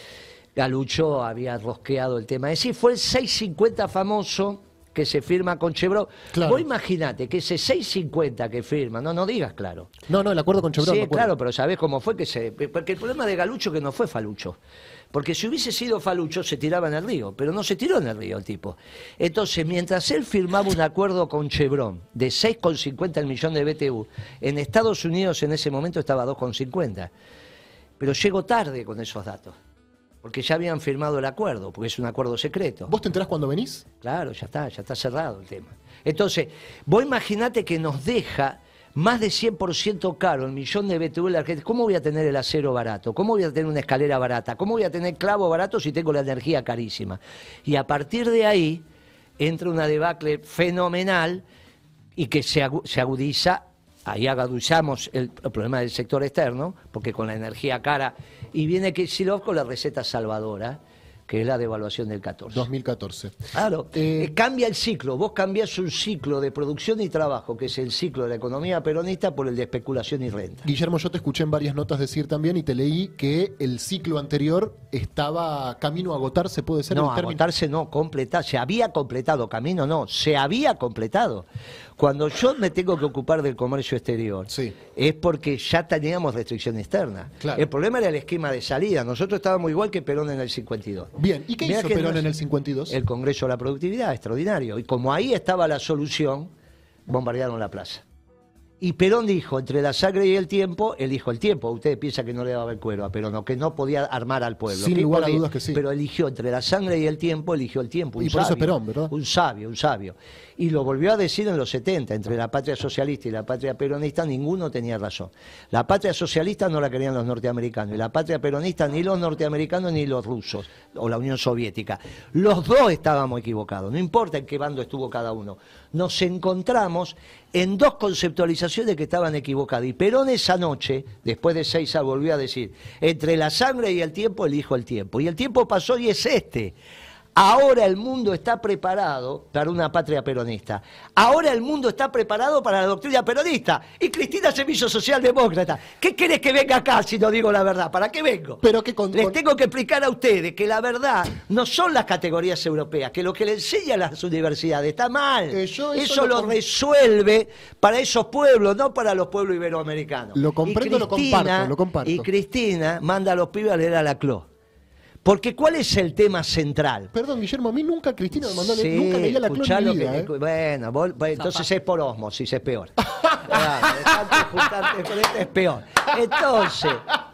Galucho había rosqueado el tema. Es decir, fue el seiscientos cincuenta famoso que se firma con Chevron. Claro. Vos imaginate que ese seiscientos cincuenta que firma, no, no digas claro. No, no, el acuerdo con Chevron. Sí, me acuerdo. claro, pero ¿sabés cómo fue que se...? Porque el problema de Galucho que no fue Falucho. Porque si hubiese sido Falucho se tiraba en el río, pero no se tiró en el río el tipo. Entonces, mientras él firmaba un acuerdo con Chevron de seis coma cincuenta el millón de B T U, en Estados Unidos en ese momento estaba dos coma cincuenta. Pero llegó tarde con esos datos, porque ya habían firmado el acuerdo, porque es un acuerdo secreto. ¿Vos te enterás cuando venís? Claro, ya está, ya está cerrado el tema. Entonces, vos imaginate que nos deja más de cien por ciento caro el millón de B T U en la Argentina. ¿Cómo voy a tener el acero barato? ¿Cómo voy a tener una escalera barata? ¿Cómo voy a tener clavo barato si tengo la energía carísima? Y a partir de ahí entra una debacle fenomenal y que se, agu- se agudiza. Ahí agudizamos el, el problema del sector externo, porque con la energía cara, y viene Kicillof con la receta salvadora, que es la devaluación del catorce. dos mil catorce. Claro, Eh, eh, cambia el ciclo. Vos cambiás un ciclo de producción y trabajo, que es el ciclo de la economía peronista, por el de especulación y renta. Guillermo, yo te escuché en varias notas decir también y te leí que el ciclo anterior estaba camino a agotarse, puede ser No, el término. agotarse no, completar. Se había completado, camino no, se había completado. Cuando yo me tengo que ocupar del comercio exterior, Sí. es porque ya teníamos restricción externa. Claro. El problema era el esquema de salida. Nosotros estábamos igual que Perón en el cincuenta y dos. Bien, ¿y qué Mirá hizo que Perón no- en el cincuenta y dos? El Congreso de la Productividad, extraordinario. Y como ahí estaba la solución, bombardearon la plaza. Y Perón dijo, entre la sangre y el tiempo, elijo el tiempo. Ustedes piensan que no le daba el cuero a Perón, o que no podía armar al pueblo. Sin ¿Qué lugar a podía? dudas que sí. Pero eligió entre la sangre y el tiempo, eligió el tiempo. Un Y por eso sabio, es Perón, ¿verdad? Un sabio, un sabio. Y lo volvió a decir en los setenta, entre la patria socialista y la patria peronista, ninguno tenía razón. La patria socialista no la querían los norteamericanos, y la patria peronista ni los norteamericanos ni los rusos, o la Unión Soviética. Los dos estábamos equivocados, no importa en qué bando estuvo cada uno. Nos encontramos en dos conceptualizaciones que estaban equivocadas. Y Perón esa noche, después de Seiza, volvió a decir, entre la sangre y el tiempo, elijo el tiempo. Y el tiempo pasó y es este. Ahora el mundo está preparado para una patria peronista. Ahora el mundo está preparado para la doctrina peronista. Y Cristina se me hizo socialdemócrata. ¿Qué querés que venga acá si no digo la verdad? ¿Para qué vengo? Pero que con, Les con- tengo que explicar a ustedes que la verdad no son las categorías europeas, que lo que le enseñan las universidades está mal. Que yo eso eso lo lo con- resuelve para esos pueblos, no para los pueblos iberoamericanos. Lo comprendo, Y lo Cristina- comparto, lo comparto. Y Cristina manda a los pibes a leer a Laclau. Porque ¿cuál es el tema central? Perdón, Guillermo, a mí nunca Cristina me mandó, a leer- Sí, nunca leía la escuchá clon lo en mi vida, que- ¿eh? Bueno, vos- bueno, entonces es por osmosis, es peor. Claro, dejate juntarte con este, es peor. Entonces,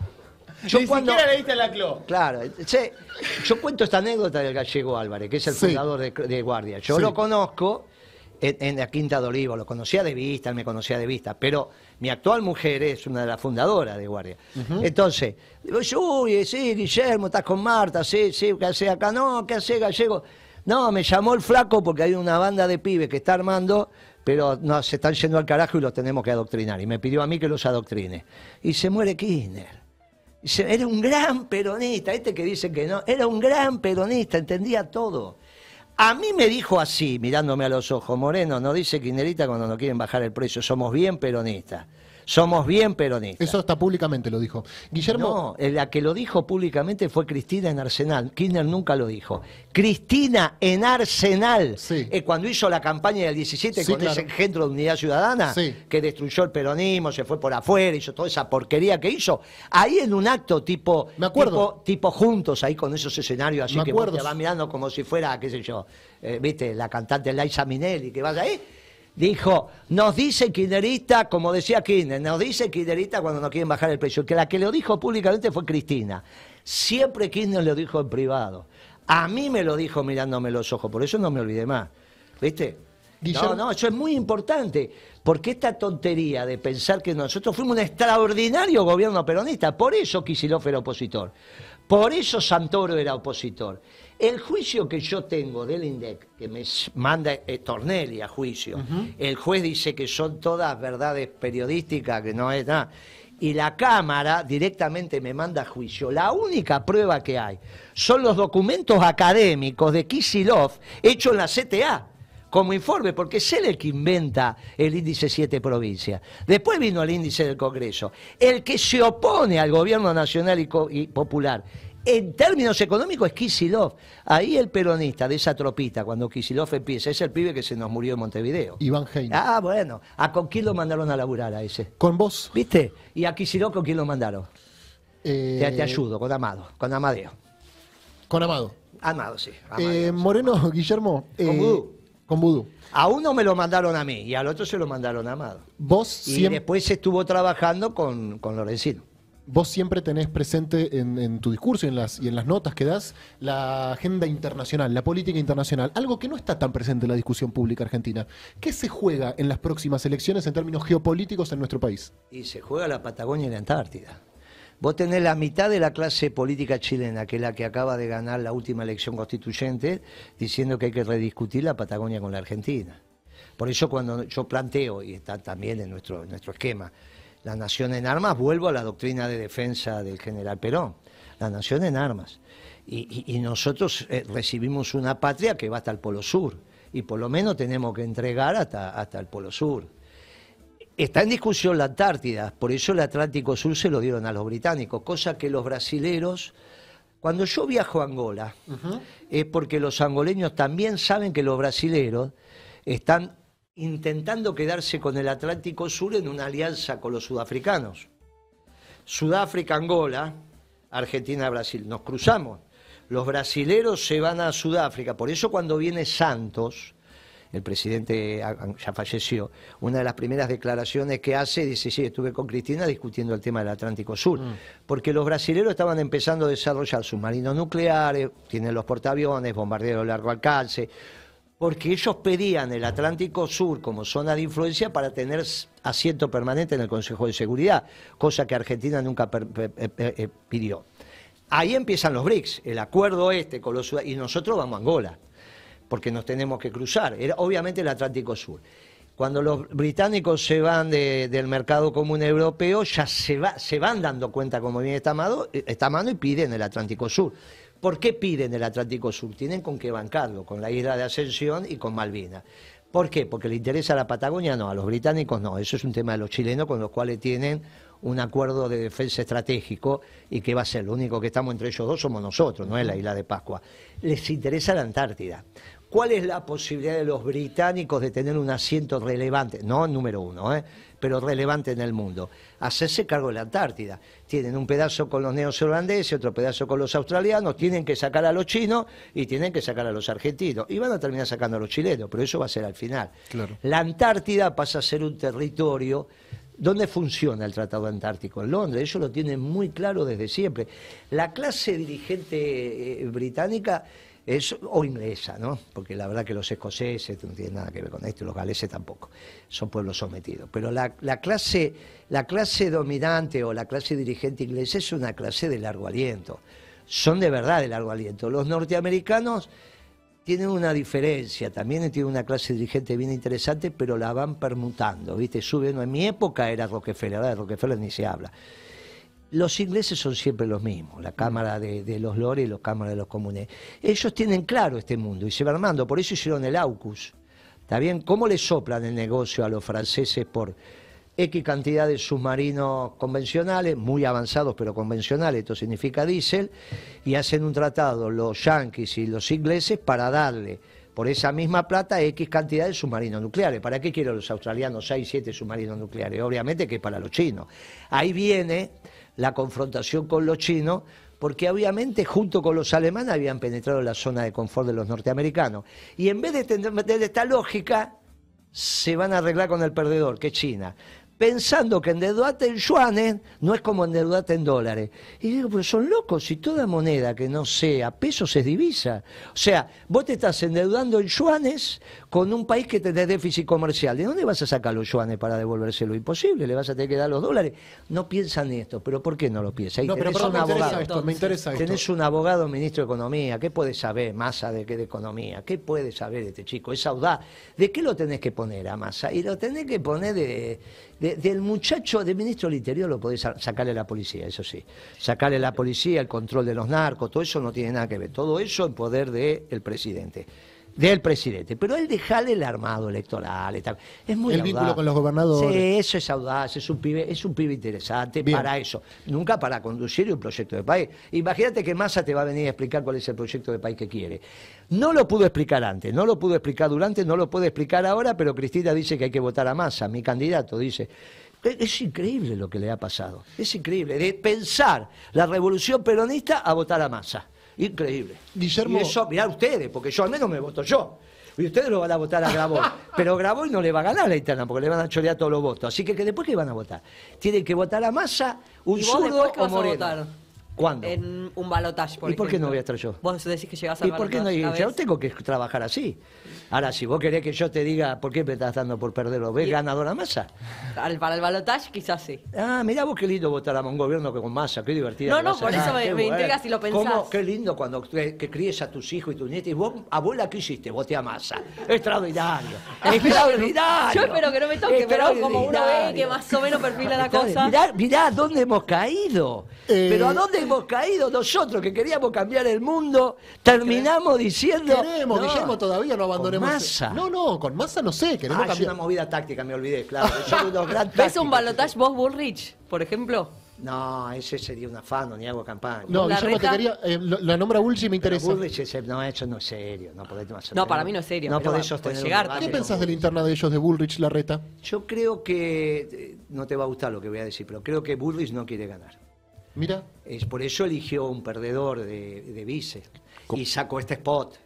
yo Ni cuando... siquiera leíste la clo. Claro, che, yo cuento esta anécdota del gallego Álvarez, que es el Sí. fundador de, de Guardia. Yo Sí. lo conozco en, en la Quinta de Olivo, lo conocía de vista, él me conocía de vista, pero mi actual mujer es una de las fundadoras de Guardia. Entonces, digo, yo, uy, sí, Guillermo, estás con Marta, sí, sí, ¿qué hace acá? No, ¿qué hace gallego? No, me llamó el flaco porque hay una banda de pibes que está armando, pero no, se están yendo al carajo y los tenemos que adoctrinar. Y me pidió a mí que los adoctrine. Y se muere Kirchner. Dice, era un gran peronista, este que dice que no, era un gran peronista, entendía todo. A mí me dijo así, mirándome a los ojos, Moreno, no dice Kirchnerita cuando no quieren bajar el precio, somos bien peronistas, somos bien peronistas. Eso hasta públicamente lo dijo. Guillermo, No, la que lo dijo públicamente fue Cristina en Arsenal. Kirchner nunca lo dijo. Cristina en Arsenal. Sí. Eh, cuando hizo la campaña del diecisiete Sí, con claro. ese engendro de unidad ciudadana, Sí. que destruyó el peronismo, se fue por afuera, hizo toda esa porquería que hizo. Ahí en un acto tipo, Me acuerdo. tipo, tipo juntos, ahí con esos escenarios así Me que vos acuerdo. te vas mirando como si fuera, qué sé yo, eh, viste, la cantante Liza Minnelli, que vas ahí. Dijo, nos dice Kirchnerista, como decía Kirchner, nos dice Kirchnerista cuando no quieren bajar el precio. Que la que lo dijo públicamente fue Cristina. Siempre Kirchner lo dijo en privado. A mí me lo dijo mirándome los ojos, por eso no me olvidé más. ¿Viste? Guillermo- No, no, eso es muy importante. Porque esta tontería de pensar que nosotros fuimos un extraordinario gobierno peronista, por eso Kicillof era opositor. Por eso Santoro era opositor. El juicio que yo tengo del INDEC, que me s- manda eh, Tornelli a juicio, el juez dice que son todas verdades periodísticas, que no es nada, y la Cámara directamente me manda a juicio. La única prueba que hay son los documentos académicos de Kicillof hechos en la C T A. Como informe, porque es él el que inventa el índice siete provincias. Después vino el índice del Congreso. El que se opone al gobierno nacional y, co- y popular, en términos económicos, es Kicillof. Ahí el peronista de esa tropita, cuando Kicillof empieza, es el pibe que se nos murió en Montevideo. Iván Heine. Ah, bueno. ¿A con quién lo mandaron a laburar a ese? Con vos. ¿Viste? ¿Y a Kicillof con quién lo mandaron? eh, Te, te ayudo, con Amado, con Amadeo. Con Amado. Amado, sí. Eh, Amadeo. Moreno, Guillermo. Con eh, Vudú. Con Vudú. A uno me lo mandaron a mí y al otro se lo mandaron a Amado. Vos Y siempre, después estuvo trabajando con, con Lorenzino. vos siempre tenés presente en, en tu discurso y en, las, y en las notas que das la agenda internacional, la política internacional, algo que no está tan presente en la discusión pública argentina. ¿Qué se juega en las próximas elecciones en términos geopolíticos en nuestro país? Y se juega la Patagonia y la Antártida. Vos tenés la mitad de la clase política chilena, que es la que acaba de ganar la última elección constituyente, diciendo que hay que rediscutir la Patagonia con la Argentina. Por eso cuando yo planteo, y está también en nuestro, en nuestro esquema, la nación en armas, vuelvo a la doctrina de defensa del general Perón, la nación en armas. Y, y- y nosotros eh, recibimos una patria que va hasta el Polo Sur, y por lo menos tenemos que entregar hasta, hasta el Polo Sur. Está en discusión la Antártida, por eso el Atlántico Sur se lo dieron a los británicos, cosa que los brasileros, cuando yo viajo a Angola, es porque los angoleños también saben que los brasileros están intentando quedarse con el Atlántico Sur en una alianza con los sudafricanos. Sudáfrica, Angola, Argentina, Brasil, nos cruzamos. Los brasileros se van a Sudáfrica, por eso cuando viene Santos, el presidente ya falleció, una de las primeras declaraciones que hace, dice, sí, estuve con Cristina discutiendo el tema del Atlántico Sur, mm. porque los brasileños estaban empezando a desarrollar submarinos nucleares, tienen los portaaviones, bombarderos de largo alcance, porque ellos pedían el Atlántico Sur como zona de influencia para tener asiento permanente en el Consejo de Seguridad, cosa que Argentina nunca per, per, per, per, pidió. Ahí empiezan los BRICS, el acuerdo este con los y nosotros vamos a Angola, porque nos tenemos que cruzar, era obviamente el Atlántico Sur. Cuando los británicos se van de, del mercado común europeo, ya se, va, se van dando cuenta cómo viene esta mano, esta mano y piden el Atlántico Sur. ¿Por qué piden el Atlántico Sur? Tienen con qué bancarlo, con la isla de Ascensión y con Malvinas. ¿Por qué? Porque le interesa a la Patagonia, no, a los británicos no, eso es un tema de los chilenos con los cuales tienen un acuerdo de defensa estratégico y que va a ser, lo único que estamos entre ellos dos somos nosotros, no es la isla de Pascua. Les interesa la Antártida. ¿Cuál es la posibilidad de los británicos de tener un asiento relevante? No número uno, ¿eh? pero relevante en el mundo. Hacerse cargo de la Antártida. Tienen un pedazo con los neozelandeses, otro pedazo con los australianos, tienen que sacar a los chinos y tienen que sacar a los argentinos. Y van a terminar sacando a los chilenos, pero eso va a ser al final. Claro. La Antártida pasa a ser un territorio. ¿Dónde funciona el Tratado Antártico? En Londres, ellos lo tienen muy claro desde siempre. La clase dirigente eh, británica es, o inglesa, ¿no? Porque la verdad que los escoceses no tienen nada que ver con esto, y los galeses tampoco, son pueblos sometidos. Pero la, la, clase, la clase dominante o la clase dirigente inglesa es una clase de largo aliento. Son de verdad de largo aliento. Los norteamericanos tienen una diferencia, también tienen una clase dirigente bien interesante, pero la van permutando, ¿viste? Suben, en mi época era Rockefeller, ahora de Rockefeller ni se habla. Los ingleses son siempre los mismos, la Cámara de, de los Lores y la Cámara de los Comunes. Ellos tienen claro este mundo y se va armando, por eso hicieron el AUKUS. ¿Está bien? ¿Cómo le soplan el negocio a los franceses por X cantidad de submarinos convencionales, muy avanzados pero convencionales, esto significa diésel, y hacen un tratado los yanquis y los ingleses para darle por esa misma plata X cantidad de submarinos nucleares? ¿Para qué quieren los australianos seis, siete submarinos nucleares? Obviamente que para los chinos. Ahí viene la confrontación con los chinos, porque obviamente junto con los alemanes habían penetrado en la zona de confort de los norteamericanos. Y en vez de tener esta lógica, se van a arreglar con el perdedor, que es China, pensando que endeudarte en yuanes no es como endeudarte en dólares. Y digo, pero son locos, si toda moneda que no sea pesos es divisa. O sea, vos te estás endeudando en yuanes con un país que tenés déficit comercial. ¿De dónde vas a sacar los yuanes para devolvérselo? Imposible, le vas a tener que dar los dólares. No piensan esto, pero ¿por qué no lo piensan? No, pero, pero me interesa esto, me interesa esto. Tenés un abogado ministro de Economía, ¿qué puede saber Massa de qué de economía? ¿Qué puede saber este chico? Es audaz. ¿De qué lo tenés que poner a Massa? Y lo tenés que poner de... De, del muchacho, del ministro del Interior lo podés sacarle a la policía, eso sí. Sacarle a la policía, el control de los narcos, todo eso no tiene nada que ver. Todo eso en poder del presidente. Del presidente. Pero él dejale el armado electoral y tal. Es muy el audaz. vínculo con los gobernadores. Sí, eso es audaz, es un pibe, es un pibe interesante. Bien. Para eso. Nunca para conducir un proyecto de país. Imagínate que Massa te va a venir a explicar cuál es el proyecto de país que quiere. No lo pudo explicar antes, no lo pudo explicar durante, no lo puede explicar ahora, pero Cristina dice que hay que votar a Massa, mi candidato dice. Es increíble lo que le ha pasado. Es increíble. De pensar la revolución peronista a votar a Massa. Increíble. Guillermo... Y eso, mirá ustedes, porque yo al menos me voto yo. Y ustedes lo van a votar a Graboy. Pero Graboy no le va a ganar la interna, porque le van a chorear todos los votos. Así que, que después, ¿qué van a votar? Tienen que votar a Massa, un zurdo o Moreno. ¿Cuándo? En un balotaje, por ¿Y por qué ejemplo. no voy a estar yo? Vos decís que llegás al ¿Y por qué no? balotaje, Yo tengo que trabajar así. Ahora, si vos querés que yo te diga por qué me estás dando por perderlo, ¿ves ganadora Massa? Para el balotaje quizás sí. Ah, mirá vos qué lindo votar a un gobierno que con Massa, qué divertido. No, no, por eso me, me intriga si lo pensás. ¿Cómo? Qué lindo cuando que, que críes a tus hijos y tus nietos. Y vos, abuela, ¿qué hiciste? Voté a Massa. Extraordinario. Extraordinario. Yo espero que no me toque, pero como uno ve que más o menos perfila la cosa. Mirá, mirá a dónde hemos caído. Eh... Pero a dónde hemos caído nosotros que queríamos cambiar el mundo, terminamos diciendo... Queremos, no, Guillermo, todavía no abandonemos... Con Massa. No, no, con Massa no sé, queremos ah, cambiar... es una movida táctica, me olvidé, claro. ¿Ves un balotaje vos Bullrich, por ejemplo? No, ese sería un afano, ni hago campaña. No, Guillermo, te quería... Eh, la nombra Bullrich y me interesa. Pero Bullrich, es, no, eso no es serio. No, podés no para mí no es serio. No podés sostener llegar. ¿Qué pensás de la interna de ellos, de Bullrich, Larreta? Yo creo que... No te va a gustar lo que voy a decir, pero creo que Bullrich no quiere ganar. Mira. Es por eso eligió un perdedor de, de vice y sacó este spot.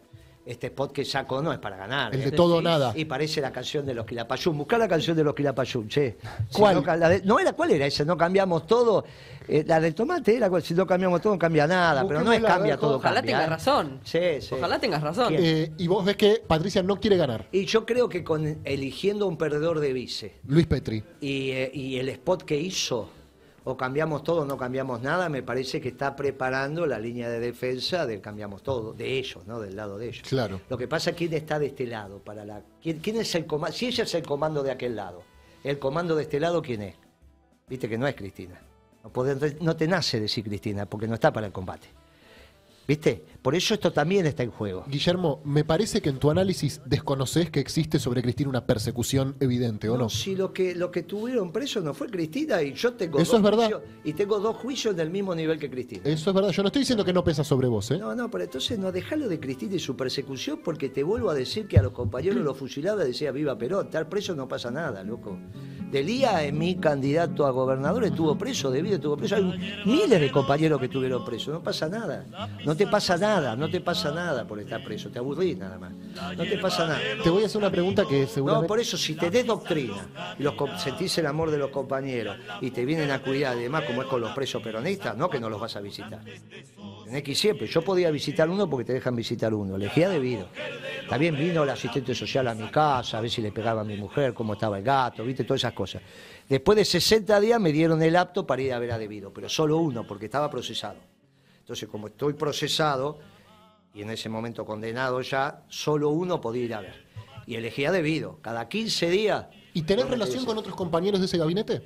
Este spot que sacó no es para ganar. El ¿eh? de todo o nada. Y parece la canción de los Quilapayún. Buscá la canción de los Quilapayún, che. Si ¿Cuál? no, la de- no era, ¿cuál era esa? No cambiamos todo. Eh, la del tomate era, si no cambiamos todo, no cambia nada. Pero no es Busquémosla, a cambia ver, todo, Ojalá cambia. tengas ¿eh? razón. Sí, sí. Ojalá tengas razón. ¿Quién? Eh, y vos ves que Patricia no quiere ganar. Y yo creo que con eligiendo un perdedor de vice Luis Petri. y, eh, y el spot que hizo, o cambiamos todo o no cambiamos nada, me parece que está preparando la línea de defensa del cambiamos todo, de ellos, ¿no? Del lado de ellos. Claro. Lo que pasa es quién está de este lado, para la quién, quién es el comando, si ella es el comando de aquel lado, el comando de este lado, ¿quién es? Viste que no es Cristina. No, podés- no te nace decir Cristina, porque no está para el combate. ¿Viste? Por eso esto también está en juego. Guillermo, me parece que en tu análisis desconoces que existe sobre Cristina una persecución evidente, ¿o no? Si lo que, lo que tuvieron preso no fue Cristina y yo tengo Eso dos es verdad. juicios, y tengo dos juicios del mismo nivel que Cristina. Eso es verdad. Yo no estoy diciendo que no pesa sobre vos, ¿eh? No, no, pero entonces no dejalo de Cristina y su persecución, porque te vuelvo a decir que a los compañeros los fusilados decía viva Perón, estar preso no pasa nada, loco. Delía, es mi candidato a gobernador, estuvo preso, Devido estuvo preso, hay miles de compañeros que estuvieron presos, no pasa nada, no te pasa nada, no te pasa nada por estar preso, te aburrís nada más, no te pasa nada. Te voy a hacer una pregunta que No, seguramente... por eso, si tenés doctrina y los, com- sentís el amor de los compañeros y te vienen a cuidar, además, como es con los presos peronistas, no que no los vas a visitar. Tenés que ir siempre. Yo podía visitar uno porque te dejan visitar uno. Elegía debido. También vino el asistente social a mi casa, a ver si le pegaba a mi mujer, cómo estaba el gato, viste, todas esas cosas. Después de sesenta días me dieron el apto para ir a ver a debido, pero solo uno, porque estaba procesado. Entonces, como estoy procesado y en ese momento condenado ya, solo uno podía ir a ver. Y elegía debido. Cada quince días. ¿Y tenés yo me relación quedé- con otros compañeros de ese gabinete?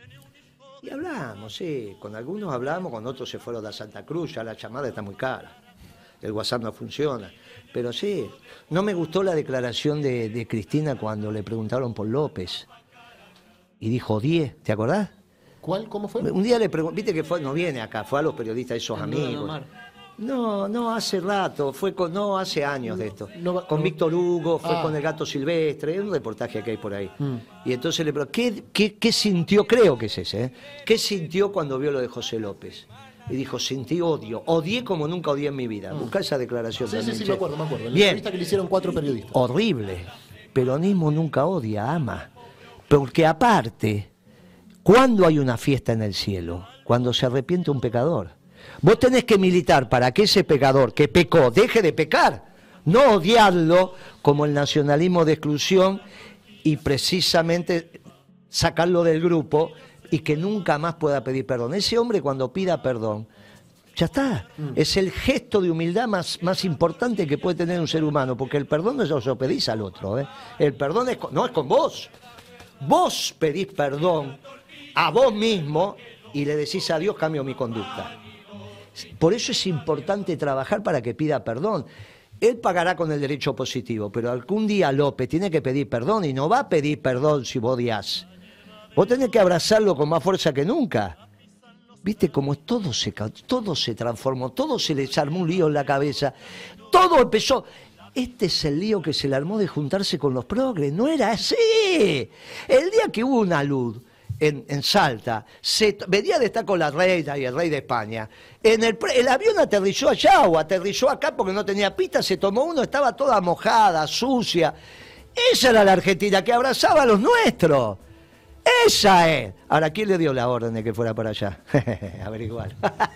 Y hablamos, sí. Con algunos hablamos, con otros se fueron a Santa Cruz, ya la llamada está muy cara. El WhatsApp no funciona. Pero sí, no me gustó la declaración de, de Cristina cuando le preguntaron por López. Y dijo diez, ¿te acordás? ¿Cuál? ¿Cómo fue? Un día le pregunté, viste que fue, no viene acá, fue a los periodistas esos En Duda no amigos. Mar. No, no, hace rato, fue con, no, hace años de esto. no va- con no- Víctor Hugo, fue Ah. con el gato silvestre, es un reportaje que hay por ahí. Mm. Y entonces le pregunté, ¿qué, qué, qué sintió? Creo que es ese, ¿eh? ¿Qué sintió cuando vio lo de José López? Y dijo, sentí odio, odié como nunca odié en mi vida. Buscá esa declaración. Mm. Sí, sí, también, sí, che. me acuerdo, me acuerdo. En la Bien. entrevista que le hicieron cuatro periodistas. Horrible. Peronismo nunca odia, ama. Porque aparte, ¿cuándo hay una fiesta en el cielo? Cuando se arrepiente un pecador. Vos tenés que militar para que ese pecador que pecó deje de pecar, no odiarlo como el nacionalismo de exclusión y precisamente sacarlo del grupo y que nunca más pueda pedir perdón. Ese hombre cuando pida perdón, ya está. Es el gesto de humildad más, más importante que puede tener un ser humano, porque el perdón no se lo pedís al otro. ¿eh? El perdón es con- no es con vos. Vos pedís perdón a vos mismo y le decís a Dios, cambio mi conducta. Por eso es importante trabajar para que pida perdón. Él pagará con el derecho positivo, pero algún día López tiene que pedir perdón y no va a pedir perdón si vos odias. Vos tenés que abrazarlo con más fuerza que nunca. Viste cómo todo se, ca- todo se transformó, todo se les armó un lío en la cabeza, todo empezó. Este es el lío que se le armó de juntarse con los progres, no era así. El día que hubo una luz en, en Salta, se, t- venía de estar con la reina y el rey de España, en el, pre- el avión aterrizó allá o aterrizó acá porque no tenía pista, se tomó uno, estaba toda mojada, sucia. Esa era la Argentina que abrazaba a los nuestros. Esa es. Ahora, ¿quién le dio la orden de que fuera para allá? Averiguar.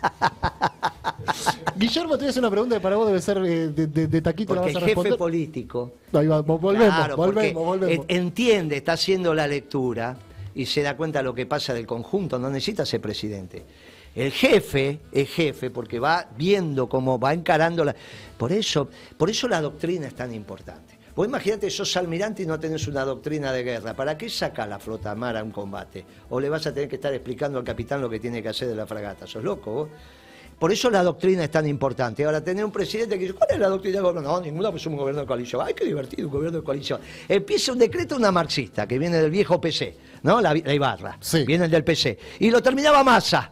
Guillermo, te voy a hacer una pregunta que para vos debe ser eh, de, de- de taquito, la Porque vas el a jefe responder. político Ahí va, vo- volvemos, Claro, porque volvemos, volvemos. en- entiende, está haciendo la lectura y se da cuenta de lo que pasa del conjunto, no necesita ser presidente. El jefe es jefe porque va viendo cómo va encarando la... Por eso, por eso la doctrina es tan importante. Vos imagínate, sos almirante y no tenés una doctrina de guerra. ¿Para qué saca la flota mar a un combate? O le vas a tener que estar explicando al capitán lo que tiene que hacer de la fragata. ¿Sos loco vos? Por eso la doctrina es tan importante. Ahora, tener un presidente que dice, ¿cuál es la doctrina del gobierno? No, ninguna, pues es un gobierno de coalición. ¡Ay, qué divertido, un gobierno de coalición! Empieza un decreto una marxista, que viene del viejo P C, ¿no? La, la Ibarra. Sí. Viene del P C. Y lo terminaba Massa.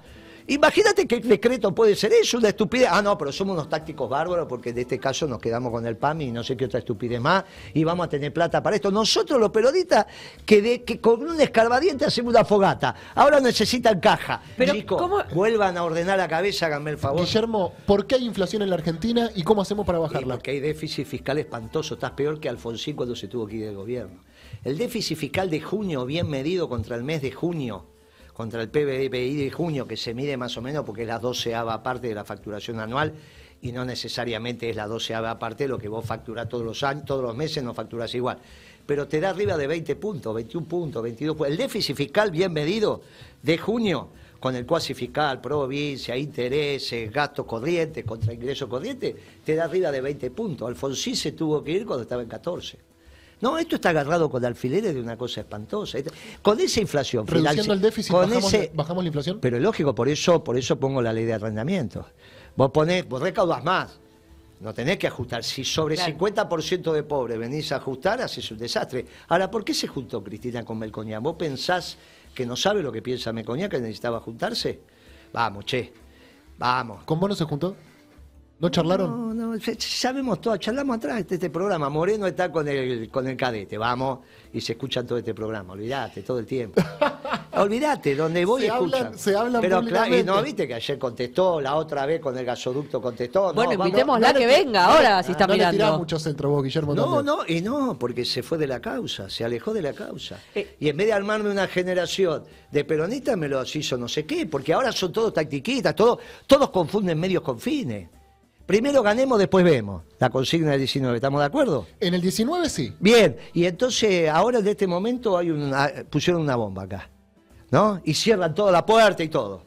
Imagínate qué decreto puede ser eso, una estupidez. Ah, no, pero somos unos tácticos bárbaros porque en este caso nos quedamos con el P A M y no sé qué otra estupidez más y vamos a tener plata para esto. Nosotros los periodistas que, de, que con un escarbadiente hacemos una fogata. Ahora necesitan caja. Pero, Chicos, ¿cómo? vuelvan a ordenar la cabeza, háganme el favor. Guillermo, ¿por qué hay inflación en la Argentina y cómo hacemos para Y bajarla? porque hay déficit fiscal espantoso. Estás peor que Alfonsín cuando se tuvo que ir del gobierno. El déficit fiscal de junio, bien medido contra el mes de junio, contra el P B I de junio, que se mide más o menos porque es la doceava parte de la facturación anual y no necesariamente es la doceava parte de lo que vos facturás todos los años, todos los meses no facturás igual. Pero te da arriba de veinte puntos, veintiún puntos, veintidós puntos. El déficit fiscal bien medido de junio, con el cuasi fiscal, provincia, intereses, gastos corrientes contra ingresos corrientes, te da arriba de veinte puntos. Alfonsín se tuvo que ir cuando estaba en catorce. No, esto está agarrado con alfileres de una cosa espantosa. Con esa inflación... Reduciendo el déficit, con bajamos, ese, bajamos la inflación. Pero es lógico, por eso, por eso pongo la ley de arrendamiento. Vos ponés, vos recaudás más. No tenés que ajustar. Si sobre Claro. cincuenta por ciento de pobres venís a ajustar, haces un desastre. Ahora, ¿por qué se juntó Cristina con Melconian? ¿Vos pensás que no sabe lo que piensa Melconian, que necesitaba juntarse? Vamos, che. Vamos. ¿Con vos no se juntó? ¿No charlaron? No, no, sabemos todo, charlamos atrás de este programa. Moreno está con el, con el cadete, vamos, y se escuchan todo este programa, olvídate, todo el tiempo. Olvídate, donde voy Se escuchan. hablan- se hablan Pero claro, y públicamente. no, viste que ayer contestó, la otra vez con el gasoducto contestó. Bueno, no, vamos- invitémosla no le que ti- venga no le- ahora, si está no le tirás mirando. mucho centro vos, Guillermo. No, también. no, y no, porque se fue de la causa, se alejó de la causa. Eh. Y en vez de armarme una generación de peronistas, me los hizo no sé qué, porque ahora son todos tactiquitas, todos, todos confunden medios con fines. Primero ganemos, después vemos. La consigna del diecinueve, ¿estamos de acuerdo? En el diecinueve sí. Bien, y entonces ahora en este momento hay una, pusieron una bomba acá, ¿no? Y cierran toda la puerta y todo.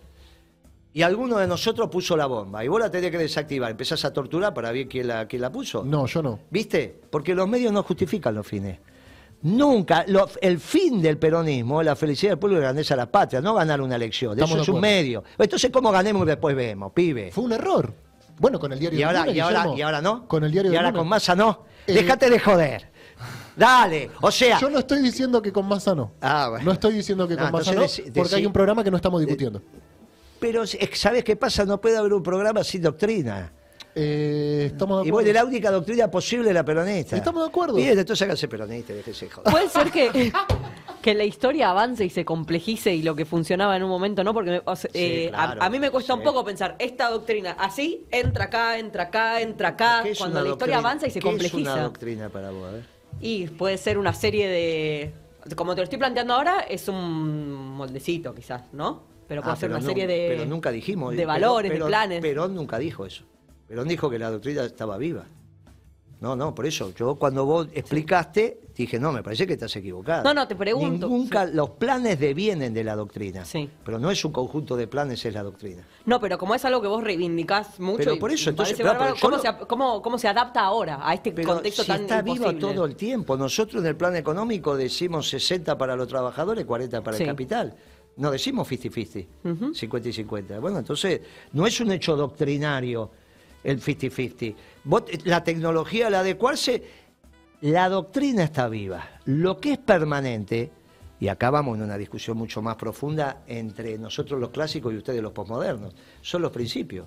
Y alguno de nosotros puso la bomba, y vos la tenés que desactivar, empezás a torturar para ver quién la, quién la puso. No, yo no. ¿Viste? Porque los medios no justifican los fines. Nunca, lo- el fin del peronismo es la felicidad del pueblo y la grandeza de la patria, no ganar una elección. Estamos Eso de es un acuerdo. medio. Entonces, ¿cómo ganemos y después vemos, pibe? Fue un error. Bueno, con el diario Y del ahora, lunes, y ahora, Guillermo. y ahora no. Con el diario y del ahora lunes. con Massa no. Eh, Déjate de joder. Dale. O sea. Yo no estoy diciendo que con Massa no. Ah, bueno. No estoy diciendo que No, con Massa no, entonces deci- porque hay decí- un programa que no estamos discutiendo. Pero, ¿sabes qué pasa? No puede haber un programa sin doctrina. Eh, estamos de Y acuerdo. bueno, la única doctrina posible es la peronista. Estamos de acuerdo. Bien, entonces háganse peronista, déjese de joder. Puede ser que, que la historia avance y se complejice y lo que funcionaba en un momento no, porque me- o sea, Sí, eh, a- claro, a, mí me cuesta sí. un poco pensar esta doctrina así, entra acá, entra acá, entra acá, ¿Qué es cuando una la historia doctrina? avanza y se ¿Qué es complejiza. una doctrina para vos? A ver. Y puede ser una serie de... Como te lo estoy planteando ahora, es un moldecito quizás, ¿no? Pero puede Ah, ser pero una no- serie de... Pero nunca dijimos. De Perón- valores, Perón- de planes. Perón nunca dijo eso. Perón dijo que la doctrina estaba viva. No, no, por eso. Yo cuando vos explicaste, dije, no, me parece que estás equivocado. No, no, te pregunto. Nunca, Sí. los planes devienen de la doctrina. Sí. Pero no es un conjunto de planes, es la doctrina. No, pero como es algo que vos reivindicás mucho... Pero y por eso, me entonces, parece claro, bárbaro, pero yo ¿cómo, lo- se, ap- cómo, cómo se adapta ahora a este Pero contexto si tan está vivo imposible? todo el tiempo. Nosotros en el plan económico decimos sesenta para los trabajadores, cuarenta para Sí. el capital. No decimos cincuenta cincuenta, cincuenta y cincuenta. Bueno, entonces no es un hecho doctrinario el cincuenta cincuenta. Vos- La tecnología, al adecuarse, la doctrina está viva. Lo que es permanente, y acá vamos en una discusión mucho más profunda entre nosotros los clásicos y ustedes los posmodernos, son los principios.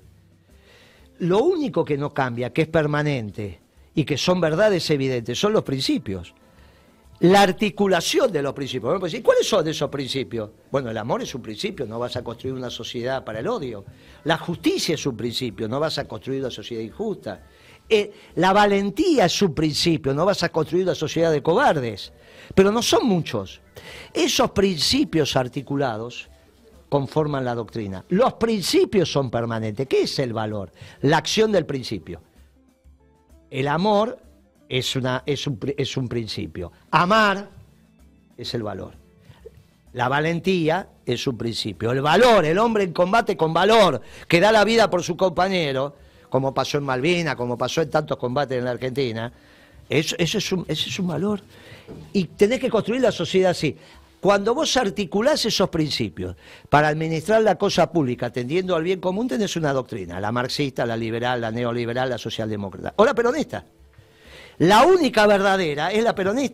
Lo único que no cambia, que es permanente y que son verdades evidentes, son los principios. La articulación de los principios. Bueno, pues, ¿y cuáles son esos principios? Bueno, el amor es un principio, no vas a construir una sociedad para el odio. La justicia es un principio, no vas a construir una sociedad injusta. Eh, la valentía es un principio, no vas a construir una sociedad de cobardes. Pero no son muchos. Esos principios articulados conforman la doctrina. Los principios son permanentes. ¿Qué es el valor? La acción del principio. El amor es, una, es, un, pri- es un principio. Amar es el valor. La valentía es un principio. El valor, el hombre en combate con valor, que da la vida por su compañero, como pasó en Malvinas, como pasó en tantos combates en la Argentina, eso, eso es un, ese es un valor. Y tenés que construir la sociedad así. Cuando vos articulás esos principios para administrar la cosa pública atendiendo al bien común, tenés una doctrina, la marxista, la liberal, la neoliberal, la socialdemócrata o la peronista. La única verdadera es la peronista.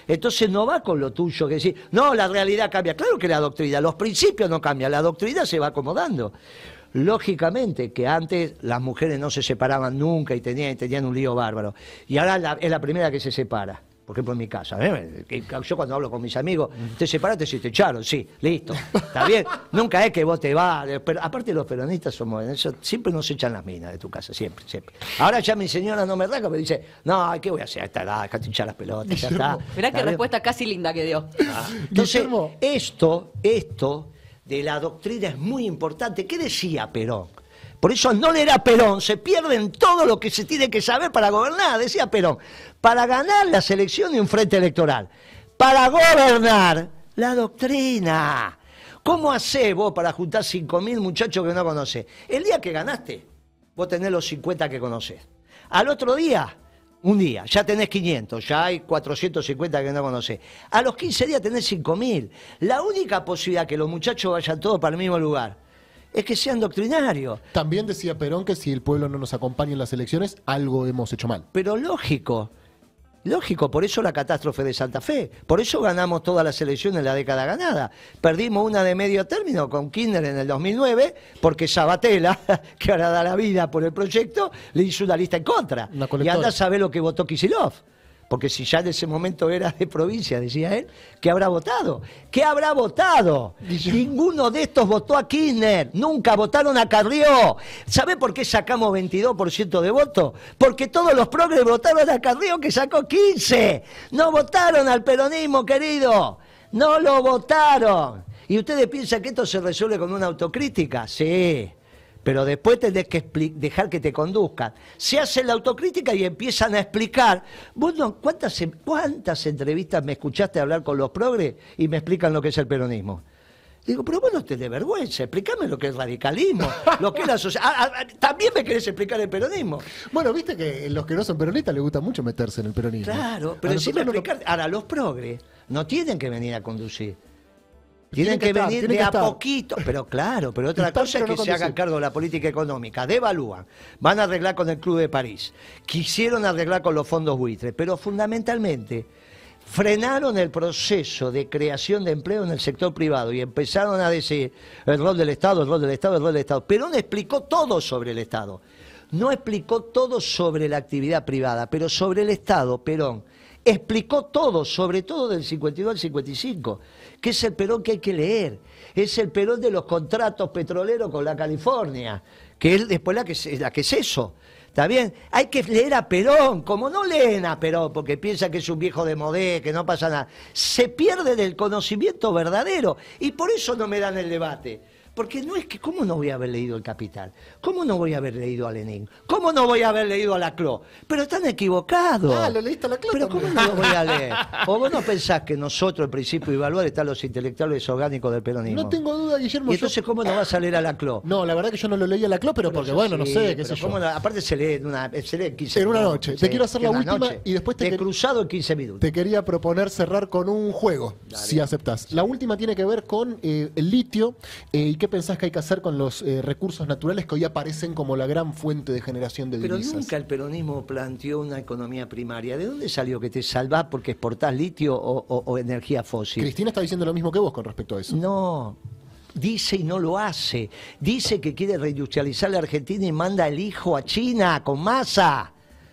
Entonces no va con lo tuyo, que decir, no, la realidad cambia. Claro que la doctrina, los principios no cambian, la doctrina se va acomodando. Lógicamente que antes las mujeres no se separaban nunca y tenían, tenían un lío bárbaro. Y ahora la, es la primera que se separa. Por ejemplo, en mi casa. ¿eh? Yo cuando hablo con mis amigos, te separaste si te echaron. Sí, listo. Está bien. Nunca es que vos te vas. Pero aparte los peronistas somos, eso, siempre nos echan las minas de tu casa, siempre, siempre. Ahora ya mi señora no me raca, me dice, no, ¿qué voy a hacer a esta edad? Dejate hinchar las pelotas, ya está. Mirá qué ¿Está respuesta casi linda que dio. Ah. Entonces, Guillermo. esto, esto de la doctrina es muy importante. ¿Qué decía Perón? Por eso no leer a Perón, se pierden todo lo que se tiene que saber para gobernar, decía Perón. Para ganar la selección y un frente electoral. Para gobernar, la doctrina. ¿Cómo hacés vos para juntar cinco mil muchachos que no conocés? El día que ganaste, vos tenés los cincuenta que conocés. Al otro día, un día, ya tenés quinientos, ya hay cuatrocientos cincuenta que no conocés. A los quince días tenés cinco mil. La única posibilidad que los muchachos vayan todos para el mismo lugar es que sean doctrinarios. También decía Perón que si el pueblo no nos acompaña en las elecciones, algo hemos hecho mal. Pero lógico, lógico, por eso la catástrofe de Santa Fe, por eso ganamos todas las elecciones en la década ganada. Perdimos una de medio término con Kirchner en el dos mil nueve, porque Sabatella, que ahora da la vida por el proyecto, le hizo una lista en contra. Una Y colectora. anda a saber lo que votó Kicillof. Porque si ya en ese momento era de provincia, decía él, ¿qué habrá votado? ¿Qué habrá votado? Guillermo. Ninguno de estos votó a Kirchner, nunca votaron a Carrió. ¿Sabe por qué sacamos veintidós por ciento de votos? Porque todos los progres votaron a Carrió, que sacó quince. No votaron al peronismo, querido. No lo votaron. ¿Y ustedes piensan que esto se resuelve con una autocrítica? Sí. Pero después tenés que dejar que te conduzcan. Se hace la autocrítica y empiezan a explicar. Vos no, ¿cuántas, ¿cuántas entrevistas me escuchaste hablar con los progres y me explican lo que es el peronismo? Digo, pero vos no tenés vergüenza, explícame lo que es radicalismo, lo que es la sociedad. Ah, ah, también me querés explicar el peronismo. Bueno, viste que los que no son peronistas les gusta mucho meterse en el peronismo. Claro, A pero encima nosotros no nos- explicar. Ahora, los progres no tienen que venir a conducir. Tienen Tienen que que estar, venir tienen de que a estar. poquito. Pero claro, pero otra Están, cosa es pero que no se hagan conducir. cargo de la política económica, devalúan, van a arreglar con el Club de París, quisieron arreglar con los fondos buitres, pero fundamentalmente frenaron el proceso de creación de empleo en el sector privado y empezaron a decir el rol del Estado, el rol del Estado, el rol del Estado. Perón explicó todo sobre el Estado. No explicó todo sobre la actividad privada, pero sobre el Estado, Perón explicó todo, sobre todo del cincuenta y dos al cincuenta y cinco, que es el Perón que hay que leer. Es el Perón de los contratos petroleros con la California, que es después la que, es- la que es eso. ¿Está bien? Hay que leer a Perón, como no leen a Perón, porque piensan que es un viejo de modé, que no pasa nada. Se pierde del conocimiento verdadero, y por eso no me dan el debate. Porque no es que, ¿cómo no voy a haber leído El Capital? ¿Cómo no voy a haber leído a Lenin? ¿Cómo no voy a haber leído a Laclau? Pero están equivocados. Ah, lo leíste a Laclau Pero ¿cómo también. no lo voy a leer? ¿O vos no pensás que nosotros, el principio de evaluar, están los intelectuales orgánicos del peronismo? No tengo duda, Guillermo. ¿Y yo- entonces cómo no vas a leer a Laclau? No, la verdad que yo no lo leí a la pero porque bueno, no Sí, sé, qué pero sé yo. ¿cómo no? Aparte se lee en una, se lee en quince En una minutos, noche. sí, Te quiero hacer la en una última noche. y después te De quer- cruzado en quince minutos. Te quería proponer cerrar con un juego, si aceptás. La última tiene que ver con eh, el litio eh, y qué pensás que hay que hacer con los eh, recursos naturales que hoy aparecen como la gran fuente de generación de Pero divisas. nunca el peronismo planteó una economía primaria. ¿De dónde salió que te salvás porque exportás litio o, o- o energía fósil? Cristina está diciendo lo mismo que vos con respecto a eso. No, dice y no lo hace. Dice que quiere reindustrializar la Argentina y manda el hijo a China con masa.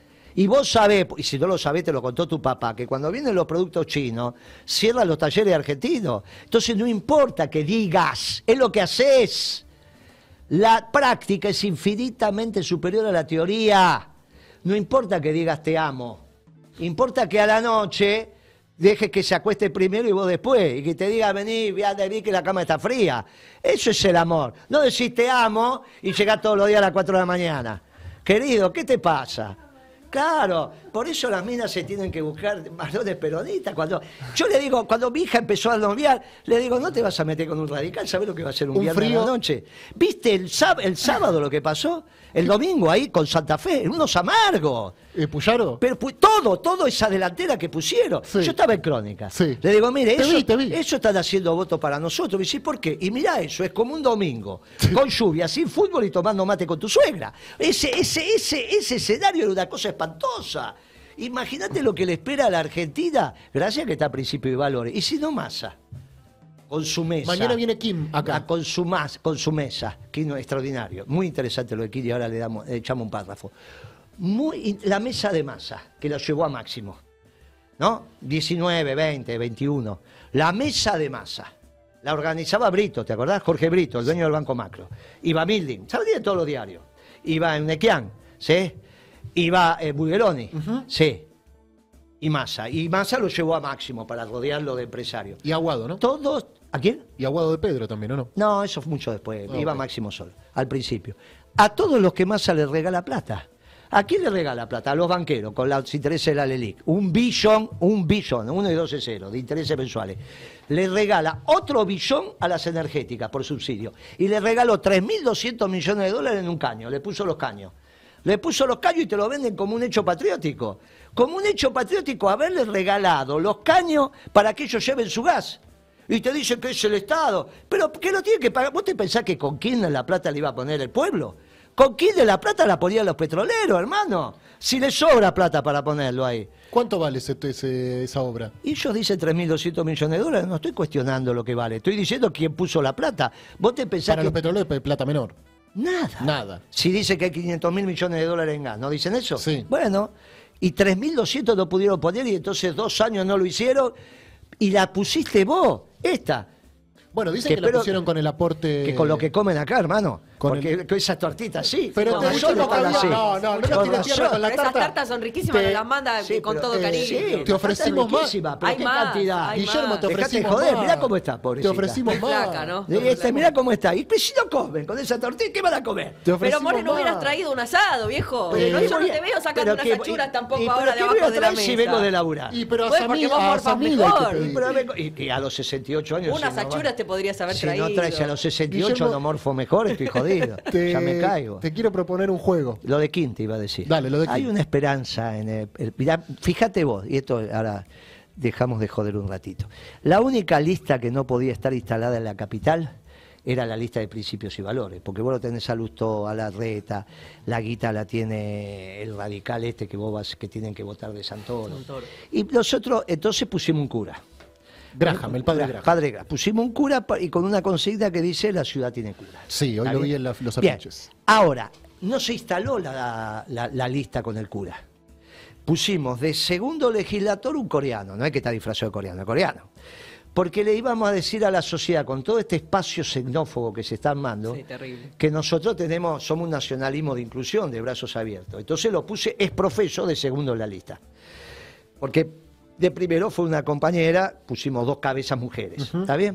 Y vos sabés, y si no lo sabés, te lo contó tu papá, que cuando vienen los productos chinos, cierran los talleres argentinos. Entonces no importa que digas, es lo que haces. La práctica es infinitamente superior a la teoría. No importa que digas te amo. Importa que a la noche dejes que se acueste primero y vos después. Y que te diga, vení, voy a decir que la cama está fría. Eso es el amor. No decís te amo y llegás todos los días a las cuatro de la mañana. Querido, ¿qué te pasa? Claro, por eso las minas se tienen que buscar varones peronistas. Cuando yo le digo, cuando mi hija empezó a noviar, le digo, no te vas a meter con un radical, ¿sabés lo que va a ser un, Un viernes frío. a la noche? ¿Viste el, sáb- el sábado lo que pasó? El domingo ahí con Santa Fe, unos amargos. Eh, ¿Puyaro? Pero pu- todo, todo esa delantera que pusieron. Sí. Yo estaba en Crónica. Sí. Le digo, mire, Te eso, vi, te vi. eso están haciendo votos para nosotros. Me dice, ¿por qué? Y mirá eso, es como un domingo, con lluvia, sin fútbol y tomando mate con tu suegra. Ese, ese, ese, ese escenario era una cosa espantosa. Imagínate lo que le espera a la Argentina, gracias a que está a principio de valores. Y si no, Massa, con su mesa. Mañana viene Kim acá. A- Con su, mas- con su mesa. Kim extraordinario. Muy interesante lo de Kim y ahora le, damos, le echamos un párrafo. Muy, in- la mesa de Massa, que la llevó a máximo. ¿No? diecinueve, veinte, veintiuno. La mesa de Massa. La organizaba Brito, ¿te acordás? Jorge Brito, el dueño del Banco Macro. Iba Milding, salía de todos los diarios. Iba Nequian, ¿sí? Iba eh, Bulgeroni, sí. Y Massa. Y Massa lo llevó a máximo para rodearlo de empresarios. Y Aguado, ¿no? Todos. ¿A quién? Y Aguado de Pedro también, ¿o no? No, eso fue mucho después. Ah, Iba ok. Máximo solo, al principio. A todos los que Massa le regala plata. ¿A quién le regala plata? A los banqueros, con los intereses de la LELIC. Un billón, un billón, uno y doce ceros de intereses mensuales. Le regala otro billón a las energéticas por subsidio. Y le regaló tres mil doscientos millones de dólares en un caño. Le puso los caños. Le puso los caños y te lo venden como un hecho patriótico. Como un hecho patriótico haberle regalado los caños para que ellos lleven su gas. Y te dicen que es el Estado. Pero ¿qué lo tiene que pagar? ¿Vos te pensás que con quién la plata le iba a poner el pueblo? ¿Con quién de la plata la ponían los petroleros, hermano? Si le sobra plata para ponerlo ahí. ¿Cuánto vale ese, ese- esa obra? Y ellos dicen tres mil doscientos millones de dólares. No estoy cuestionando lo que vale. Estoy diciendo quién puso la plata. ¿Vos te pensás Para que...? los petroleros de plata menor. Nada. Nada. Si dice que hay quinientos mil millones de dólares en gas, ¿no dicen eso? Sí. Bueno, y tres mil doscientos no pudieron poner y entonces dos años no lo hicieron y la pusiste vos, esta. Bueno, dicen Que que, la espero pusieron con el aporte... Que con lo que comen acá, hermano. Con Porque el- con esas tortitas, sí. Pero con te razón no, están no, así. no, no, no Con lo tires razón. tierra con la Pero esas tarta. tartas son riquísimas, Te- nos las manda Sí, con pero, todo eh, cariño. sí, Te tarta ofrecimos más. riquísima, pero Hay qué más, cantidad. hay Guillermo, más. te Dejate ofrecimos de joder, más. mirá cómo está, Te pobrecita. ofrecimos Muy más. flaca, ¿no? Y este, mirá cómo está. Y si no comen con esa tortilla, ¿qué van a comer? Te Pero ofrecimos More, no más. hubieras traído un asado, viejo. Pero no, yo no voy a- te veo sacando pero unas que- achuras y- tampoco y- ahora pero de ¿qué abajo voy a de la traer mesa. si vengo de laburar? Y pero a Bueno, Samir, porque vos a morfás Samir hay que mejor. pedir. Y, pero vengo- y- y a los sesenta y ocho años... Unas si no va- achuras te podrías haber Si traído. no traes a los sesenta y ocho Guillermo, no morfo mejor, estoy jodido. Te, Ya me caigo. te quiero proponer un juego. Lo de Quinta iba a decir. Dale, lo de Hay Quinta. una esperanza en el, el- mirá, fíjate vos, y esto ahora dejamos de joder un ratito. La única lista que no podía estar instalada en la capital era la lista de principios y valores, porque vos lo tenés a Lustó, a Larreta, la guita la tiene el radical este que vos vas, que tienen que votar de Santoro. Santoro. Y nosotros entonces pusimos un cura. Graham, el padre Graham. Padre Graham. Pusimos un cura pa- y con una consigna que dice la ciudad tiene cura. Sí, hoy ¿Está lo vi bien? en la- los Bien. afiches. Ahora, no se instaló la, la- la lista con el cura. Pusimos de segundo legislator un coreano, no hay que estar disfrazado de coreano, es coreano. Porque le íbamos a decir a la sociedad, con todo este espacio xenófobo que se está armando, Sí, terrible. que nosotros tenemos, somos un nacionalismo de inclusión, de brazos abiertos. Entonces lo puse es profeso de segundo en la lista. Porque de primero fue una compañera, pusimos dos cabezas mujeres, ¿está bien?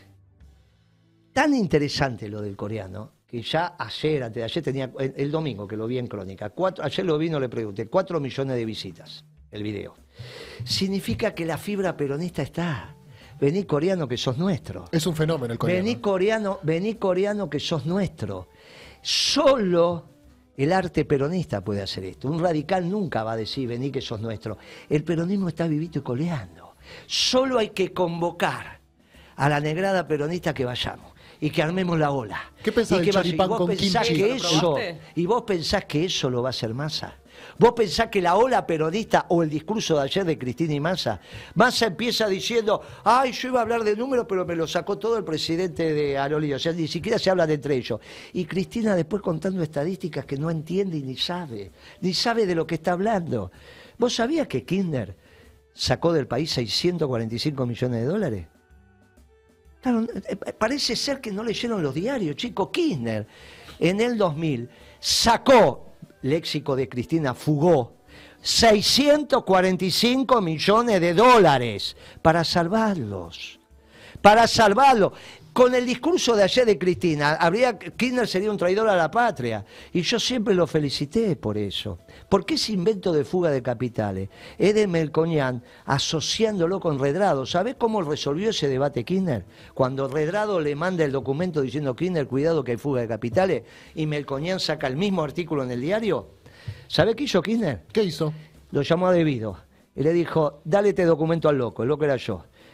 Tan interesante lo del coreano, que ya ayer, antes de ayer tenía, el, el domingo que lo vi en Crónica, cuatro, ayer lo vi, no le pregunté, cuatro millones de visitas, el video. Significa que la fibra peronista está. Vení coreano que sos nuestro. Es un fenómeno el coreano. Vení coreano, vení coreano que sos nuestro. Solo el arte peronista puede hacer esto. Un radical nunca va a decir vení que sos nuestro. El peronismo está vivito y coleando. Solo hay que convocar a la negrada peronista que vayamos y que armemos la ola. ¿Qué pensás Y del que vaya- choripán y vos con pensás kimchi? que ¿Lo eso probaste? y vos pensás que eso lo va a hacer Massa. ¿Vos pensás que la ola peronista o el discurso de ayer de Cristina y Massa, Massa empieza diciendo, ay, yo iba a hablar de números, pero me lo sacó todo el presidente de Arolí, o sea, ni siquiera se habla de entre ellos. Y Cristina después contando estadísticas que no entiende y ni sabe, ni sabe de lo que está hablando. ¿Vos sabías que Kirchner sacó del país seiscientos cuarenta y cinco millones de dólares? Claro, eh, parece ser que no leyeron los diarios, chicos. Kirchner en el dos mil sacó, léxico de Cristina, fugó seiscientos cuarenta y cinco millones de dólares para salvarlos. Para salvarlos. Con el discurso de ayer de Cristina, habría, Kirchner sería un traidor a la patria. Y yo siempre lo felicité por eso. Porque ese invento de fuga de capitales es de Melconian asociándolo con Redrado. ¿Sabés cómo resolvió ese debate Kirchner? Cuando Redrado le manda el documento diciendo Kirchner, cuidado que hay fuga de capitales, y Melconian saca el mismo artículo en el diario. ¿Sabés qué hizo Kirchner? ¿Qué hizo? Lo llamó a Debido y le dijo, dale este documento al loco, el loco era yo.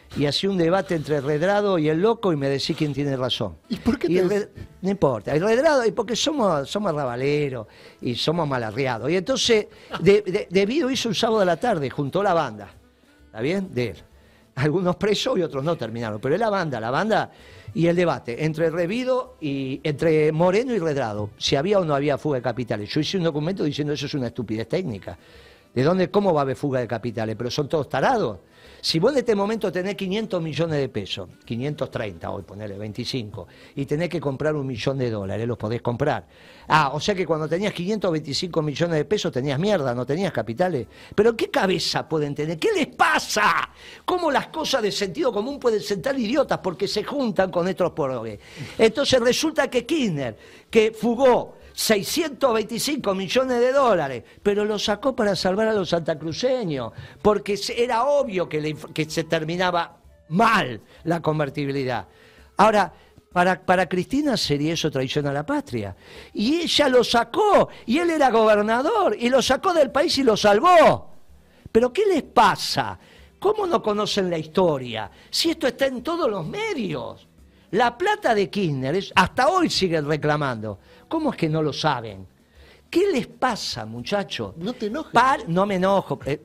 y hacía un debate entre Redrado y el loco y me decía quién tiene razón. ¿Y por qué Y te el des- Red- No importa, el Redrado, y porque somos, somos rabaleros y somos malarriados. Y entonces, de, de, Debido hizo un sábado a la tarde, juntó la banda, ¿está bien? De él. Algunos presos y otros no terminaron, pero es la banda, la banda y el debate entre Revido y entre Moreno y Redrado, si había o no había fuga de capitales. Yo hice un documento diciendo eso es una estupidez técnica. ¿De dónde, cómo va a haber fuga de capitales? Pero son todos tarados. Si vos en este momento tenés quinientos millones de pesos, quinientos treinta hoy, ponele veinticinco, y tenés que comprar un millón de dólares, los podés comprar. Ah, o sea que cuando tenías quinientos veinticinco millones de pesos tenías mierda, no tenías capitales. ¿Pero qué cabeza pueden tener? ¿Qué les pasa? ¿Cómo las cosas de sentido común pueden sentar idiotas porque se juntan con estos porogues? Entonces resulta que Kirchner, que fugó seiscientos veinticinco millones de dólares, pero lo sacó para salvar a los santacruceños, porque se- era obvio que, le inf- que se terminaba mal la convertibilidad. Ahora, para, para Cristina sería eso traición a la patria. Y ella lo sacó, y él era gobernador, y lo sacó del país y lo salvó. ¿Pero qué les pasa? ¿Cómo no conocen la historia? Si esto está en todos los medios. La plata de Kirchner, es- hasta hoy siguen reclamando. ¿Cómo es que no lo saben? ¿Qué les pasa, muchachos? No te enojes. Par- no me enojo. eh,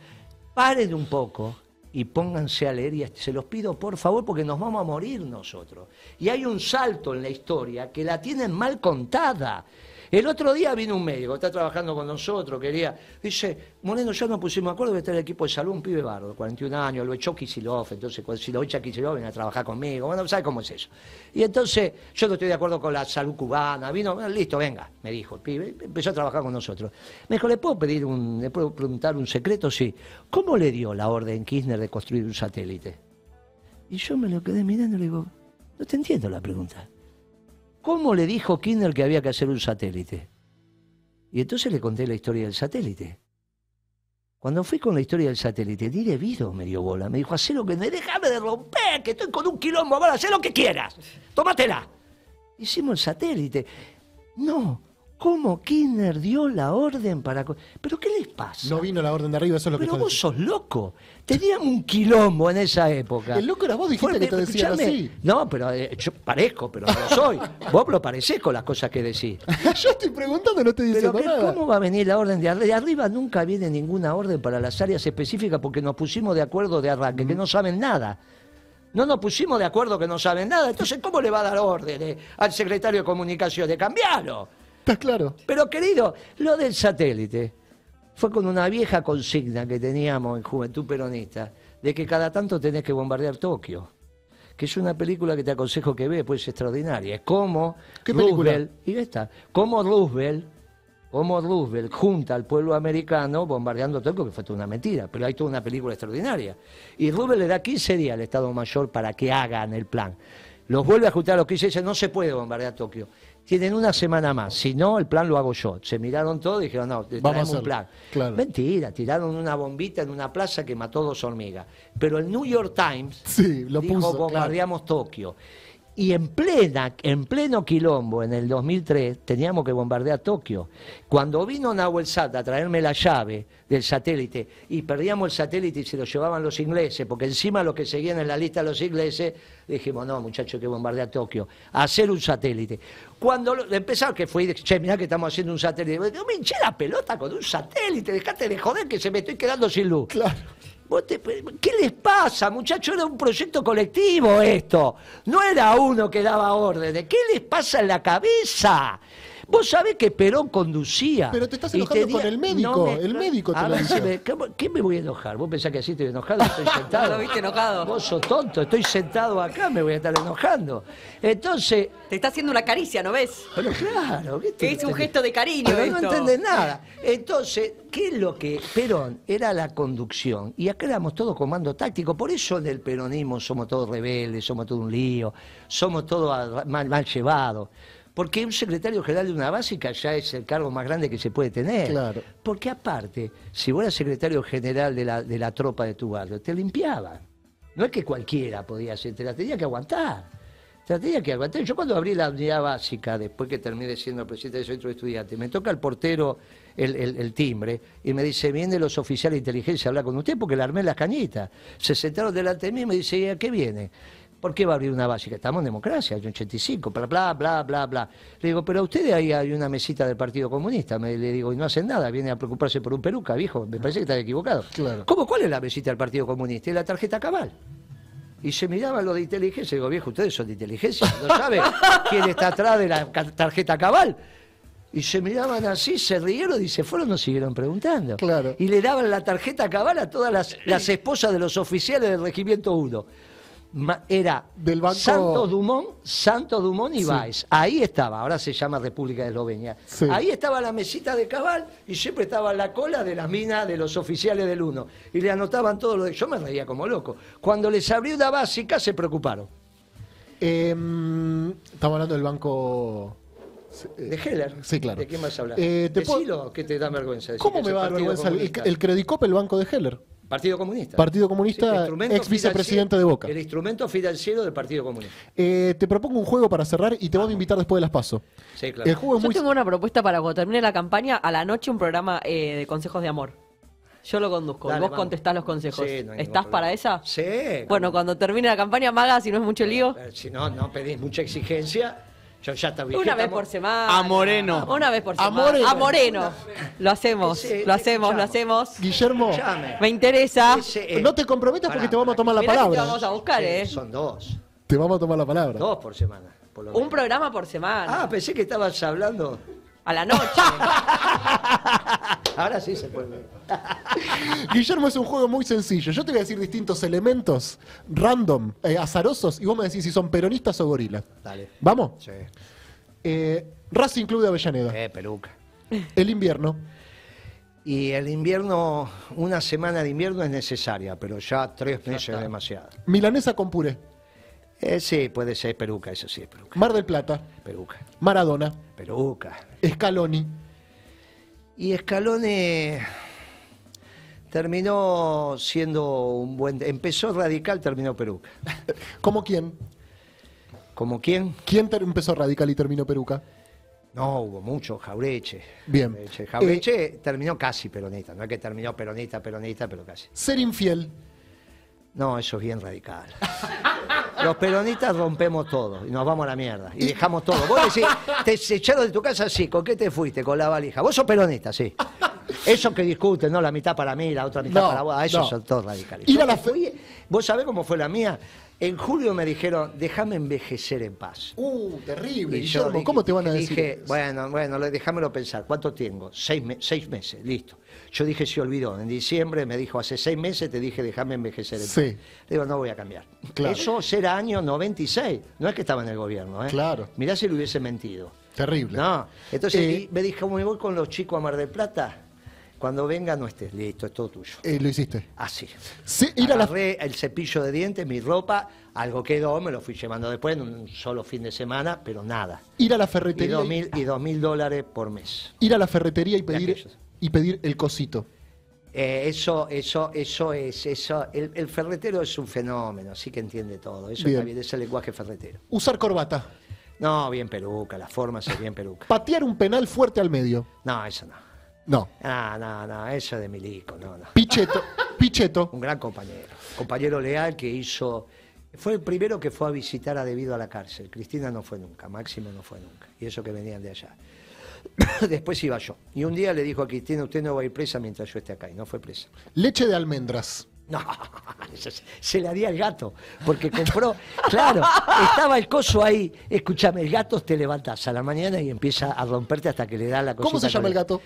paren un poco y pónganse a leer, y se los pido por favor, porque nos vamos a morir nosotros. Y hay un salto en la historia que la tienen mal contada. El otro día vino un médico, está trabajando con nosotros, quería, dice, Moreno, ya nos pusimos de acuerdo que está el equipo de salud, un pibe bardo, cuarenta y un años, lo echó Kicillof, entonces cuando- si lo echa Kicillof viene a trabajar conmigo, bueno, ¿sabe cómo es eso? Y entonces yo no estoy de acuerdo con la salud cubana, vino, bueno, listo, venga, me dijo el pibe, empezó a trabajar con nosotros. Me dijo, ¿le puedo pedir un, le puedo preguntar un secreto? Sí. ¿Cómo le dio la orden Kirchner de construir un satélite? Y yo me lo quedé mirando y le digo, no te entiendo la pregunta. ¿Cómo le dijo Kirchner que había que hacer un satélite? Y entonces le conté la historia del satélite. Cuando fui con la historia del satélite, ni debido me dio bola. Me dijo, hacé lo que... Déjame de romper, que estoy con un quilombo, ahora hacé lo que quieras. Tómatela. Hicimos el satélite. No, ¿cómo Kirchner dio la orden para...? co- ¿Pero qué les pasa? No vino la orden de arriba, eso es lo que Pero estás vos diciendo. sos loco. Teníamos un quilombo en esa época. El loco era vos, dijiste Fue- que te decían escuchame, así. No, pero eh, yo parezco, pero no lo soy. Vos lo parecés con las cosas que decís. Yo estoy preguntando, no estoy Pero diciendo que, nada. ¿cómo va a venir la orden de arriba? De arriba nunca viene ninguna orden para las áreas específicas porque nos pusimos de acuerdo de arranque, que no saben nada. No nos pusimos de acuerdo que no saben nada. Entonces, ¿cómo le va a dar órdenes al secretario de Comunicaciones? ¡Cambialo! ¿Estás claro? Pero querido, lo del satélite fue con una vieja consigna que teníamos en Juventud Peronista, de que cada tanto tenés que bombardear Tokio, que es una película que te aconsejo que veas, pues es extraordinaria. Es como ¿Qué película? Roosevelt, y ya está, como Roosevelt, como Roosevelt junta al pueblo americano bombardeando Tokio, que fue toda una mentira, pero hay toda una película extraordinaria. Y Roosevelt le da quince días al Estado Mayor para que hagan el plan. Los vuelve a juntar a los quince y dice, no se puede bombardear Tokio. Tienen una semana más, si no, el plan lo hago yo. Se miraron todos y dijeron, no, te Vamos a traemos un hacerlo. plan. Claro. Mentira, tiraron una bombita en una plaza que mató dos hormigas. Pero el New York Times Sí, lo dijo, puso, claro. bombardeamos Tokio. Y en plena, en pleno quilombo, en el dos mil tres, teníamos que bombardear Tokio. Cuando vino Nahuel Sat a traerme la llave del satélite y perdíamos el satélite y se lo llevaban los ingleses, porque encima los que seguían en la lista los ingleses, dijimos, no, muchachos, hay que bombardear Tokio, hacer un satélite. Cuando lo, empezaron, que fue, che, mirá que estamos haciendo un satélite. No me hinché la pelota con un satélite, dejate de joder que se me estoy quedando sin luz. Claro. Vos te- ¿Qué les pasa, muchachos? Era un proyecto colectivo esto. No era uno que daba órdenes. ¿Qué les pasa en la cabeza? Vos sabés que Perón conducía. Pero te estás y enojando tenía- con el médico, el médico te A lo ver, dice. me- ¿cómo- ¿Qué me voy a enojar? ¿Vos pensás que así estoy enojado? Estoy sentado. ¿Lo viste enojado? Vos sos tonto, estoy sentado acá, me voy a estar enojando. Entonces, Te está haciendo una caricia, ¿no ves? pero claro, ¿qué te- Que es un gesto de cariño pero no esto. entendés nada. Entonces, ¿qué es lo que Perón era la conducción? Y acá éramos todos comando táctico. Por eso en el peronismo somos todos rebeldes, somos todo un lío, somos todos a- mal, mal llevados. Porque un secretario general de una básica ya es el cargo más grande que se puede tener. Claro. Porque aparte, si vos eras secretario general de la, de la tropa de tu barrio, te limpiaban. No es que cualquiera podía ser, te la tenía que aguantar. Te la tenía que aguantar. Yo cuando abrí la unidad básica, después que terminé siendo presidente del centro de estudiantes, me toca el portero el, el, el timbre y me dice, vienen los oficiales de inteligencia a hablar con usted porque le armé las cañitas. Se sentaron delante de mí y me dice, ¿y a qué viene? ¿Por qué va a abrir una básica? Estamos en democracia, año ochenta y cinco, bla, bla, bla, bla, bla. Le digo, pero a ustedes ahí hay una mesita del Partido Comunista. Me, le digo, y no hacen nada, vienen a preocuparse por un peluca, viejo. Me parece que están equivocados. Claro. ¿Cómo? ¿Cuál es la mesita del Partido Comunista? Es la tarjeta cabal. Y se miraban los de inteligencia y digo, viejo, ustedes son de inteligencia, ¿no saben quién está atrás de la tarjeta cabal? Y se miraban así, se rieron y se fueron, nos siguieron preguntando. Claro. Y le daban la tarjeta cabal a todas las, las esposas de los oficiales del Regimiento uno. Ma- Era Del banco- Santos Dumont, Santos Dumont y Sí. Báez. Ahí estaba, ahora se llama República de Eslovenia. Sí. Ahí estaba la mesita de cabal y siempre estaba la cola de las minas de los oficiales del uno. Y le anotaban todo lo de... Yo me reía como loco. Cuando les abrí una básica se preocuparon. Eh, estamos hablando del banco... De Heller. Sí, claro. ¿De quién vas a hablar? Eh, ¿te puedo- Decilo, que te da vergüenza decir ¿Cómo que me es va a el dar Partido vergüenza? El, Comunista. el Credicop, el banco de Heller. Partido Comunista. Partido Comunista, el instrumento ex vicepresidente de Boca. El instrumento financiero del Partido Comunista. Eh, te propongo un juego para cerrar y te voy a invitar después de las PASO. Sí, claro. El juego es Yo muy... tengo una propuesta para cuando termine la campaña, a la noche un programa eh, de consejos de amor. Yo lo conduzco, Dale, y vos vamos. contestás los consejos. Sí, no hay ningún ¿Estás problema. para esa? Sí. Bueno, cuando termine la campaña, Maga, si no es mucho lío. Eh, Si no, no pedís mucha exigencia. Yo ya te avisé, Una vez estamos- por semana. A Moreno. Una vez por A semana. Moreno. A Moreno. Lo hacemos, Ese- lo hacemos, lo escuchamos. hacemos. Guillermo, Escuchame. Me interesa. Ese, eh, no te comprometas pará, porque te vamos a pará. tomar la Mirá que palabra. te vamos a buscar, Eh, ¿eh? Son dos. Te vamos a tomar la palabra. Dos por semana. Por lo Un menos. programa por semana. Ah, pensé que estabas hablando. A la noche. Ahora sí se puede. Guillermo, es un juego muy sencillo. Yo te voy a decir distintos elementos random, eh, azarosos, y vos me decís si son peronistas o gorilas. Dale. ¿Vamos? Sí. Eh, Racing Club de Avellaneda. Eh, peluca. El invierno. Y el invierno, una semana de invierno es necesaria, pero ya tres meses es demasiado. Milanesa con puré. Eh, sí, puede ser peluca, eso sí es peluca. Mar del Plata. Peluca. Maradona. Peluca. Scaloni. Y Scaloni terminó siendo un buen... Empezó radical, terminó peluca. ¿Cómo quién? ¿Como quién? ¿Quién ter- empezó radical y terminó peruca? No, hubo mucho, Jaureche. Bien. Jaureche, Jaureche terminó casi peronista, no es que terminó peronista, peronista, pero casi. Ser infiel. No, eso es bien radical. Los peronistas rompemos todo y nos vamos a la mierda y dejamos todo. Vos decís, te echaron de tu casa, sí, ¿con qué te fuiste? Con la valija. Vos sos peronista, sí. Eso que discuten, ¿no? La mitad para mí, la otra mitad No, para vos. Ah, esos no. son todos radicales. Ir a Yo la me fe- fui- ¿Vos sabés cómo fue la mía? En julio me dijeron, déjame envejecer en paz. Uh, terrible. Y yo Guillermo, dije- ¿cómo te van a decir? Dije, eso? bueno, bueno, le- déjamelo pensar. ¿Cuánto tengo? Seis, me- seis meses, listo. Yo dije, se olvidó. En diciembre me dijo, hace seis meses te dije, déjame envejecer en Sí. paz. Le digo, no voy a cambiar. Claro. Eso será año noventa y seis. No es que estaba en el gobierno, ¿eh? Claro. Mirá si le hubiese mentido. Terrible. No. Entonces Eh, y me dije, ¿cómo me voy con los chicos a Mar del Plata? Cuando venga no estés, listo, es todo tuyo. eh, lo hiciste. Así. Sí, ir a la Agarré el cepillo de dientes, mi ropa, algo quedó, me lo fui llevando después en un solo fin de semana, pero nada. ir a la Y ferretería. dos mil, y dos mil dólares por mes. Ir a la ferretería y pedir aquellos. y pedir el cosito. Eh, eso, eso, eso es, eso, el, el ferretero es un fenómeno, sí que entiende todo. Eso Bien. está bien, es el lenguaje ferretero. Usar corbata. No, bien peluca, la forma es bien peluca. Patear un penal fuerte al medio. No, eso no. No. No, no, no, eso es de Milico, no, no. Picheto. Picheto. Un gran compañero. Compañero leal que hizo. Fue el primero que fue a visitar a Debido a la cárcel. Cristina no fue nunca, Máximo no fue nunca. Y eso que venían de allá. Después iba yo. Y un día le dijo a Cristina, usted no va a ir presa mientras yo esté acá. Y no fue presa. Leche de almendras. No, eso se, se la di al gato, porque compró, claro, estaba el coso ahí, escúchame, el gato te levantas a la mañana y empieza a romperte hasta que le da la cosita. ¿Cómo se llama con el gato?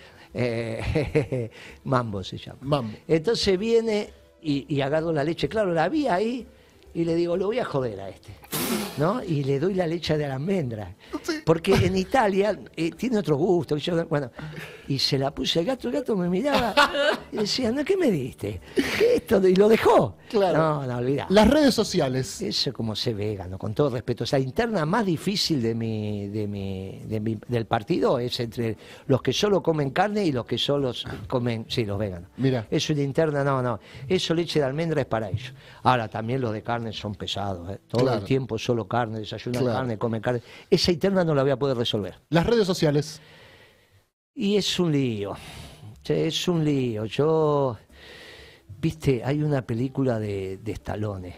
Eh, Mambo se llama. Mambo. Entonces viene y, y agarro la leche, claro, la vi ahí y le digo, lo voy a joder a este, ¿no? Y le doy la leche de almendra. Sí. Porque en Italia eh, tiene otro gusto. Yo, bueno, y se la puse al gato, el gato me miraba y decía, no, ¿qué me diste? ¿Qué esto? Y lo dejó. Claro. No, no, olvidá. Las redes sociales. Eso es como ser vegano, con todo respeto. O sea, la interna más difícil de mi, de mi, de mi, del partido es entre los que solo comen carne y los que solo comen, sí, los veganos. Mira. Eso de interna, no, no. Eso leche de almendra es para ellos. Ahora, también los de carne son pesados. ¿eh? Todo Claro. el tiempo solo carne, desayunan Claro. carne, comen carne. Esa interna no la voy a poder resolver. Las redes sociales. Y es un lío. Sí, es un lío. Yo, viste, hay una película de, de Stallone.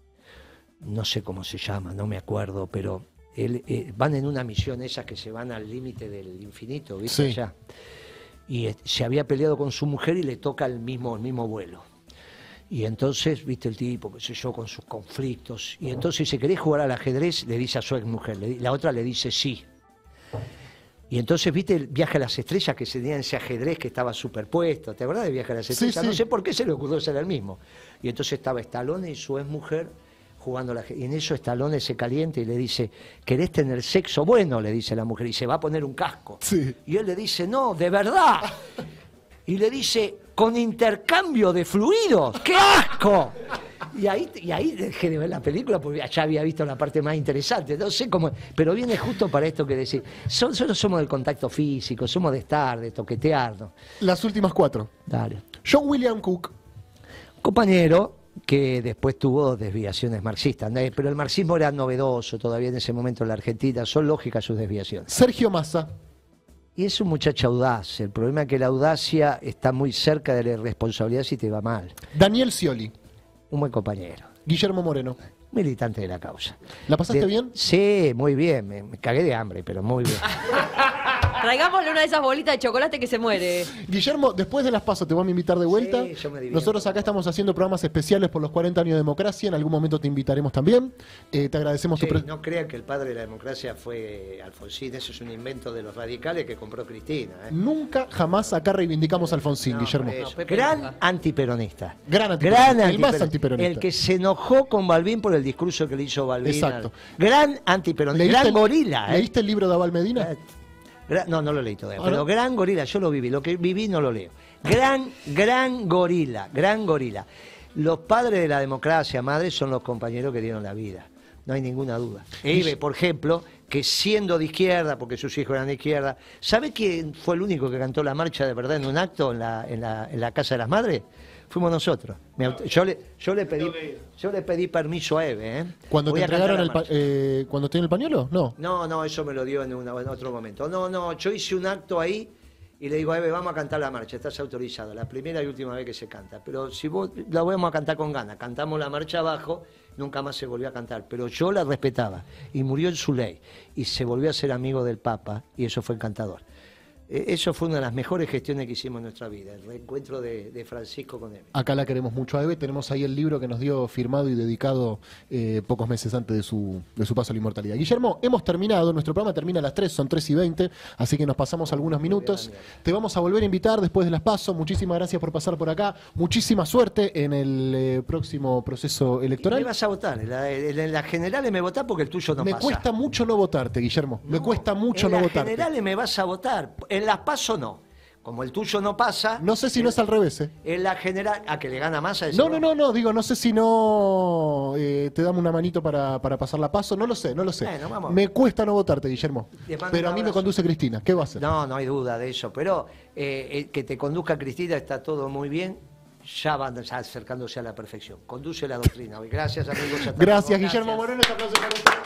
No sé cómo se llama, no me acuerdo, pero él, eh, van en una misión esas que se van al límite del infinito, ¿viste? Sí. Allá. Y eh, se había peleado con su mujer y le toca el mismo, el mismo vuelo. Y entonces, viste, el tipo, qué sé yo, con sus conflictos. Y entonces, si querés jugar al ajedrez, le dice a su ex mujer, le, la otra le dice sí. Y entonces, viste, el viaje a las estrellas que se tenía en ese ajedrez que estaba superpuesto. ¿Te acordás de viaje a las estrellas? sí. No sé por qué se le ocurrió ser el mismo. Y entonces estaba Stallone y su ex mujer jugando al ajedrez. Y en eso Stallone se calienta y le dice, ¿querés tener sexo? Bueno, le dice la mujer, y se va a poner un casco. Sí. Y él le dice, no, de verdad. Y le dice, con intercambio de fluidos, ¡qué asco! Y ahí, y ahí dejé de ver la película porque ya había visto la parte más interesante. No sé cómo, pero viene justo para esto que decir. So- solo somos del contacto físico, somos de estar, de toquetearnos. Las últimas cuatro. Dale. John William Cook. Compañero que después tuvo desviaciones marxistas, ¿no? Pero el marxismo era novedoso todavía en ese momento en la Argentina, son lógicas sus desviaciones. Sergio Massa. Y es un muchacho audaz. El problema es que la audacia está muy cerca de la irresponsabilidad si te va mal. Daniel Scioli. Un buen compañero, Guillermo Moreno. militante de la causa. ¿La pasaste De- bien? Sí, muy bien. Me, me cagué de hambre, pero muy bien. Traigámosle una de esas bolitas de chocolate que se muere. Guillermo, después de las pasos te vamos a invitar de vuelta. Sí, yo me divierto. Nosotros acá estamos haciendo programas especiales por los cuarenta años de democracia. En algún momento te invitaremos también. Eh, te agradecemos Sí, tu pre- no crean que el padre de la democracia fue Alfonsín, eso es un invento de los radicales que compró Cristina. ¿eh? Nunca jamás acá reivindicamos a Alfonsín, No, Guillermo. por eso. No, Pepe Gran nunca. antiperonista. Gran antiperonista, el más antiperonista. antiperonista. El que se enojó con Balbín por el discurso que le hizo Balbín. Exacto. Gran antiperonista. Gran el- gorila. ¿eh? ¿Leíste el libro de Abal Medina? Gra- No, no lo leí todavía, ¿Ah, pero no? gran gorila, yo lo viví, lo que viví no lo leo. Gran, gran gorila, gran gorila. Los padres de la democracia, madre, son los compañeros que dieron la vida, no hay ninguna duda. Eibe, por ejemplo, que siendo de izquierda, porque sus hijos eran de izquierda, ¿sabe quién fue el único que cantó la marcha de verdad en un acto en la, en la, en la Casa de las Madres? Fuimos nosotros. Me auto- yo, le, yo, le pedí, yo le pedí permiso a Eve. ¿eh? Cuando Voy te a cantar entregaron la el pa- marcha. eh, cuando tiene el pañuelo? No. No, no, eso me lo dio en, una- en otro momento. No, no, yo hice un acto ahí y le digo a Eve, vamos a cantar la marcha, estás autorizado, la primera y última vez que se canta. Pero si vos la vamos a cantar con ganas, cantamos la marcha abajo, nunca más se volvió a cantar. Pero yo la respetaba y murió en su ley y se volvió a ser amigo del Papa y eso fue encantador. Eh, Eso fue una de las mejores gestiones que hicimos en nuestra vida, el reencuentro de, de Francisco con Eve. Acá la queremos mucho a Eve. Tenemos ahí el libro que nos dio firmado y dedicado eh, pocos meses antes de su, de su paso a la inmortalidad. Guillermo, hemos terminado. Nuestro programa termina a las tres, son tres y veinte, así que nos pasamos algunos minutos. Te vamos a volver a invitar después de las pasos. Muchísimas gracias por pasar por acá. Muchísima suerte en el eh, próximo proceso Me electoral. vas a votar, en la, en las generales me votás porque el tuyo no Me pasa. cuesta mucho no votarte, Guillermo. Me cuesta mucho en no las votarte. generales me vas a votar, en las paso no. Como el tuyo no pasa. No sé si no es al revés, ¿eh? En la general. ¿A que le gana más a ese? No, no, no, no, digo, no sé si no eh, te damos una manito para, para pasar la paso, no lo sé, no lo sé. Bueno, vamos. Me cuesta no votarte, Guillermo. Le mando Pero a un mí me abrazo. conduce Cristina, ¿qué va a hacer? No, no hay duda de eso. Pero eh, eh, que te conduzca Cristina está todo muy bien. Ya van ya acercándose a la perfección. Conduce la doctrina. Hoy. Gracias, amigos. Hasta Gracias, luego. Guillermo Moreno, este aplauso para usted.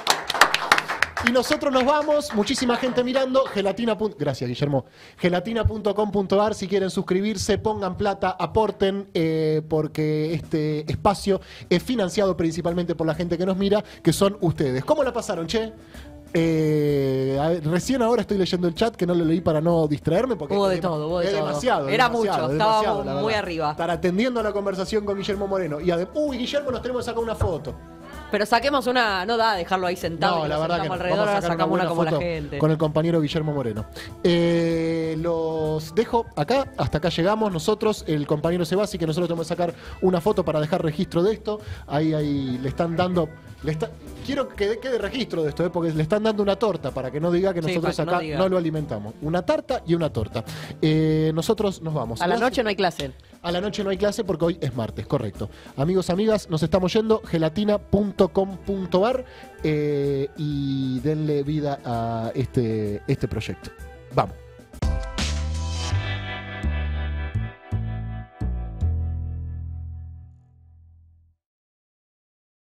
Y nosotros nos vamos, muchísima gente mirando, gelatina. pun- Gracias, Guillermo. gelatina punto com punto ar, si quieren suscribirse, pongan plata, aporten, eh, porque este espacio es financiado principalmente por la gente que nos mira, que son ustedes. ¿Cómo la pasaron, che? Eh, a ver, recién ahora estoy leyendo el chat, que no lo leí para no distraerme, porque Hubo es de dem- todo, hubo de es todo. demasiado. Era demasiado, mucho, demasiado, estábamos la muy verdad. arriba. Estar atendiendo la conversación con Guillermo Moreno. Y adem- Uy, Guillermo, nos tenemos que sacar una foto. Pero saquemos una, no da dejarlo ahí sentado No, y la nos verdad que sentamos no. alrededor, Vamos a ahora sacar sacamos una una buena como la foto gente. con el compañero Guillermo Moreno. Eh, los los dejo acá, hasta acá llegamos nosotros, el compañero se va, así que nosotros tenemos que sacar una foto para dejar registro de esto. Ahí, ahí le están dando... Le está, quiero que quede registro de esto, ¿eh? Porque le están dando una torta para que no diga que Sí, nosotros para que no acá diga. no, lo alimentamos. Una tarta y una torta. Eh, nosotros nos vamos. A la Vos- noche no hay clase. A la noche no hay clase porque hoy es martes, correcto. Amigos, amigas, nos estamos yendo, gelatina punto com punto ar eh, y denle vida a este, este proyecto. Vamos.